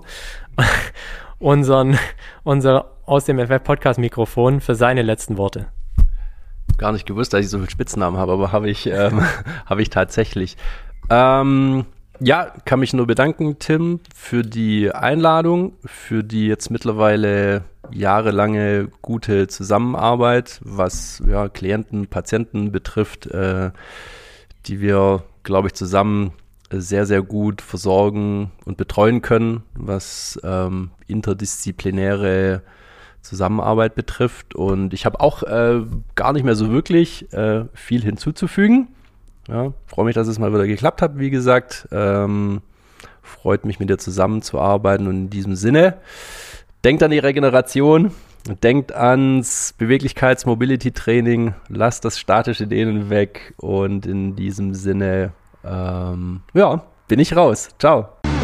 unseren, unser aus dem F F-Podcast-Mikrofon für seine letzten Worte. Gar nicht gewusst, dass ich so viele Spitznamen habe, aber habe ich, ähm, habe ich tatsächlich. Ähm, ja, kann mich nur bedanken, Tim, für die Einladung, für die jetzt mittlerweile jahrelange gute Zusammenarbeit, was ja, Klienten, Patienten betrifft, äh, die wir glaube ich, zusammen sehr, sehr gut versorgen und betreuen können, was ähm, interdisziplinäre Zusammenarbeit betrifft. Und ich habe auch äh, gar nicht mehr so wirklich äh, viel hinzuzufügen. Ja, freue mich, dass es mal wieder geklappt hat, wie gesagt. Ähm, freut mich, mit dir zusammenzuarbeiten. Und in diesem Sinne, denkt an die Regeneration, denkt ans Beweglichkeits-Mobility-Training, lasst das statische Dehnen weg. Und in diesem Sinne, ähm, ja, bin ich raus. Ciao.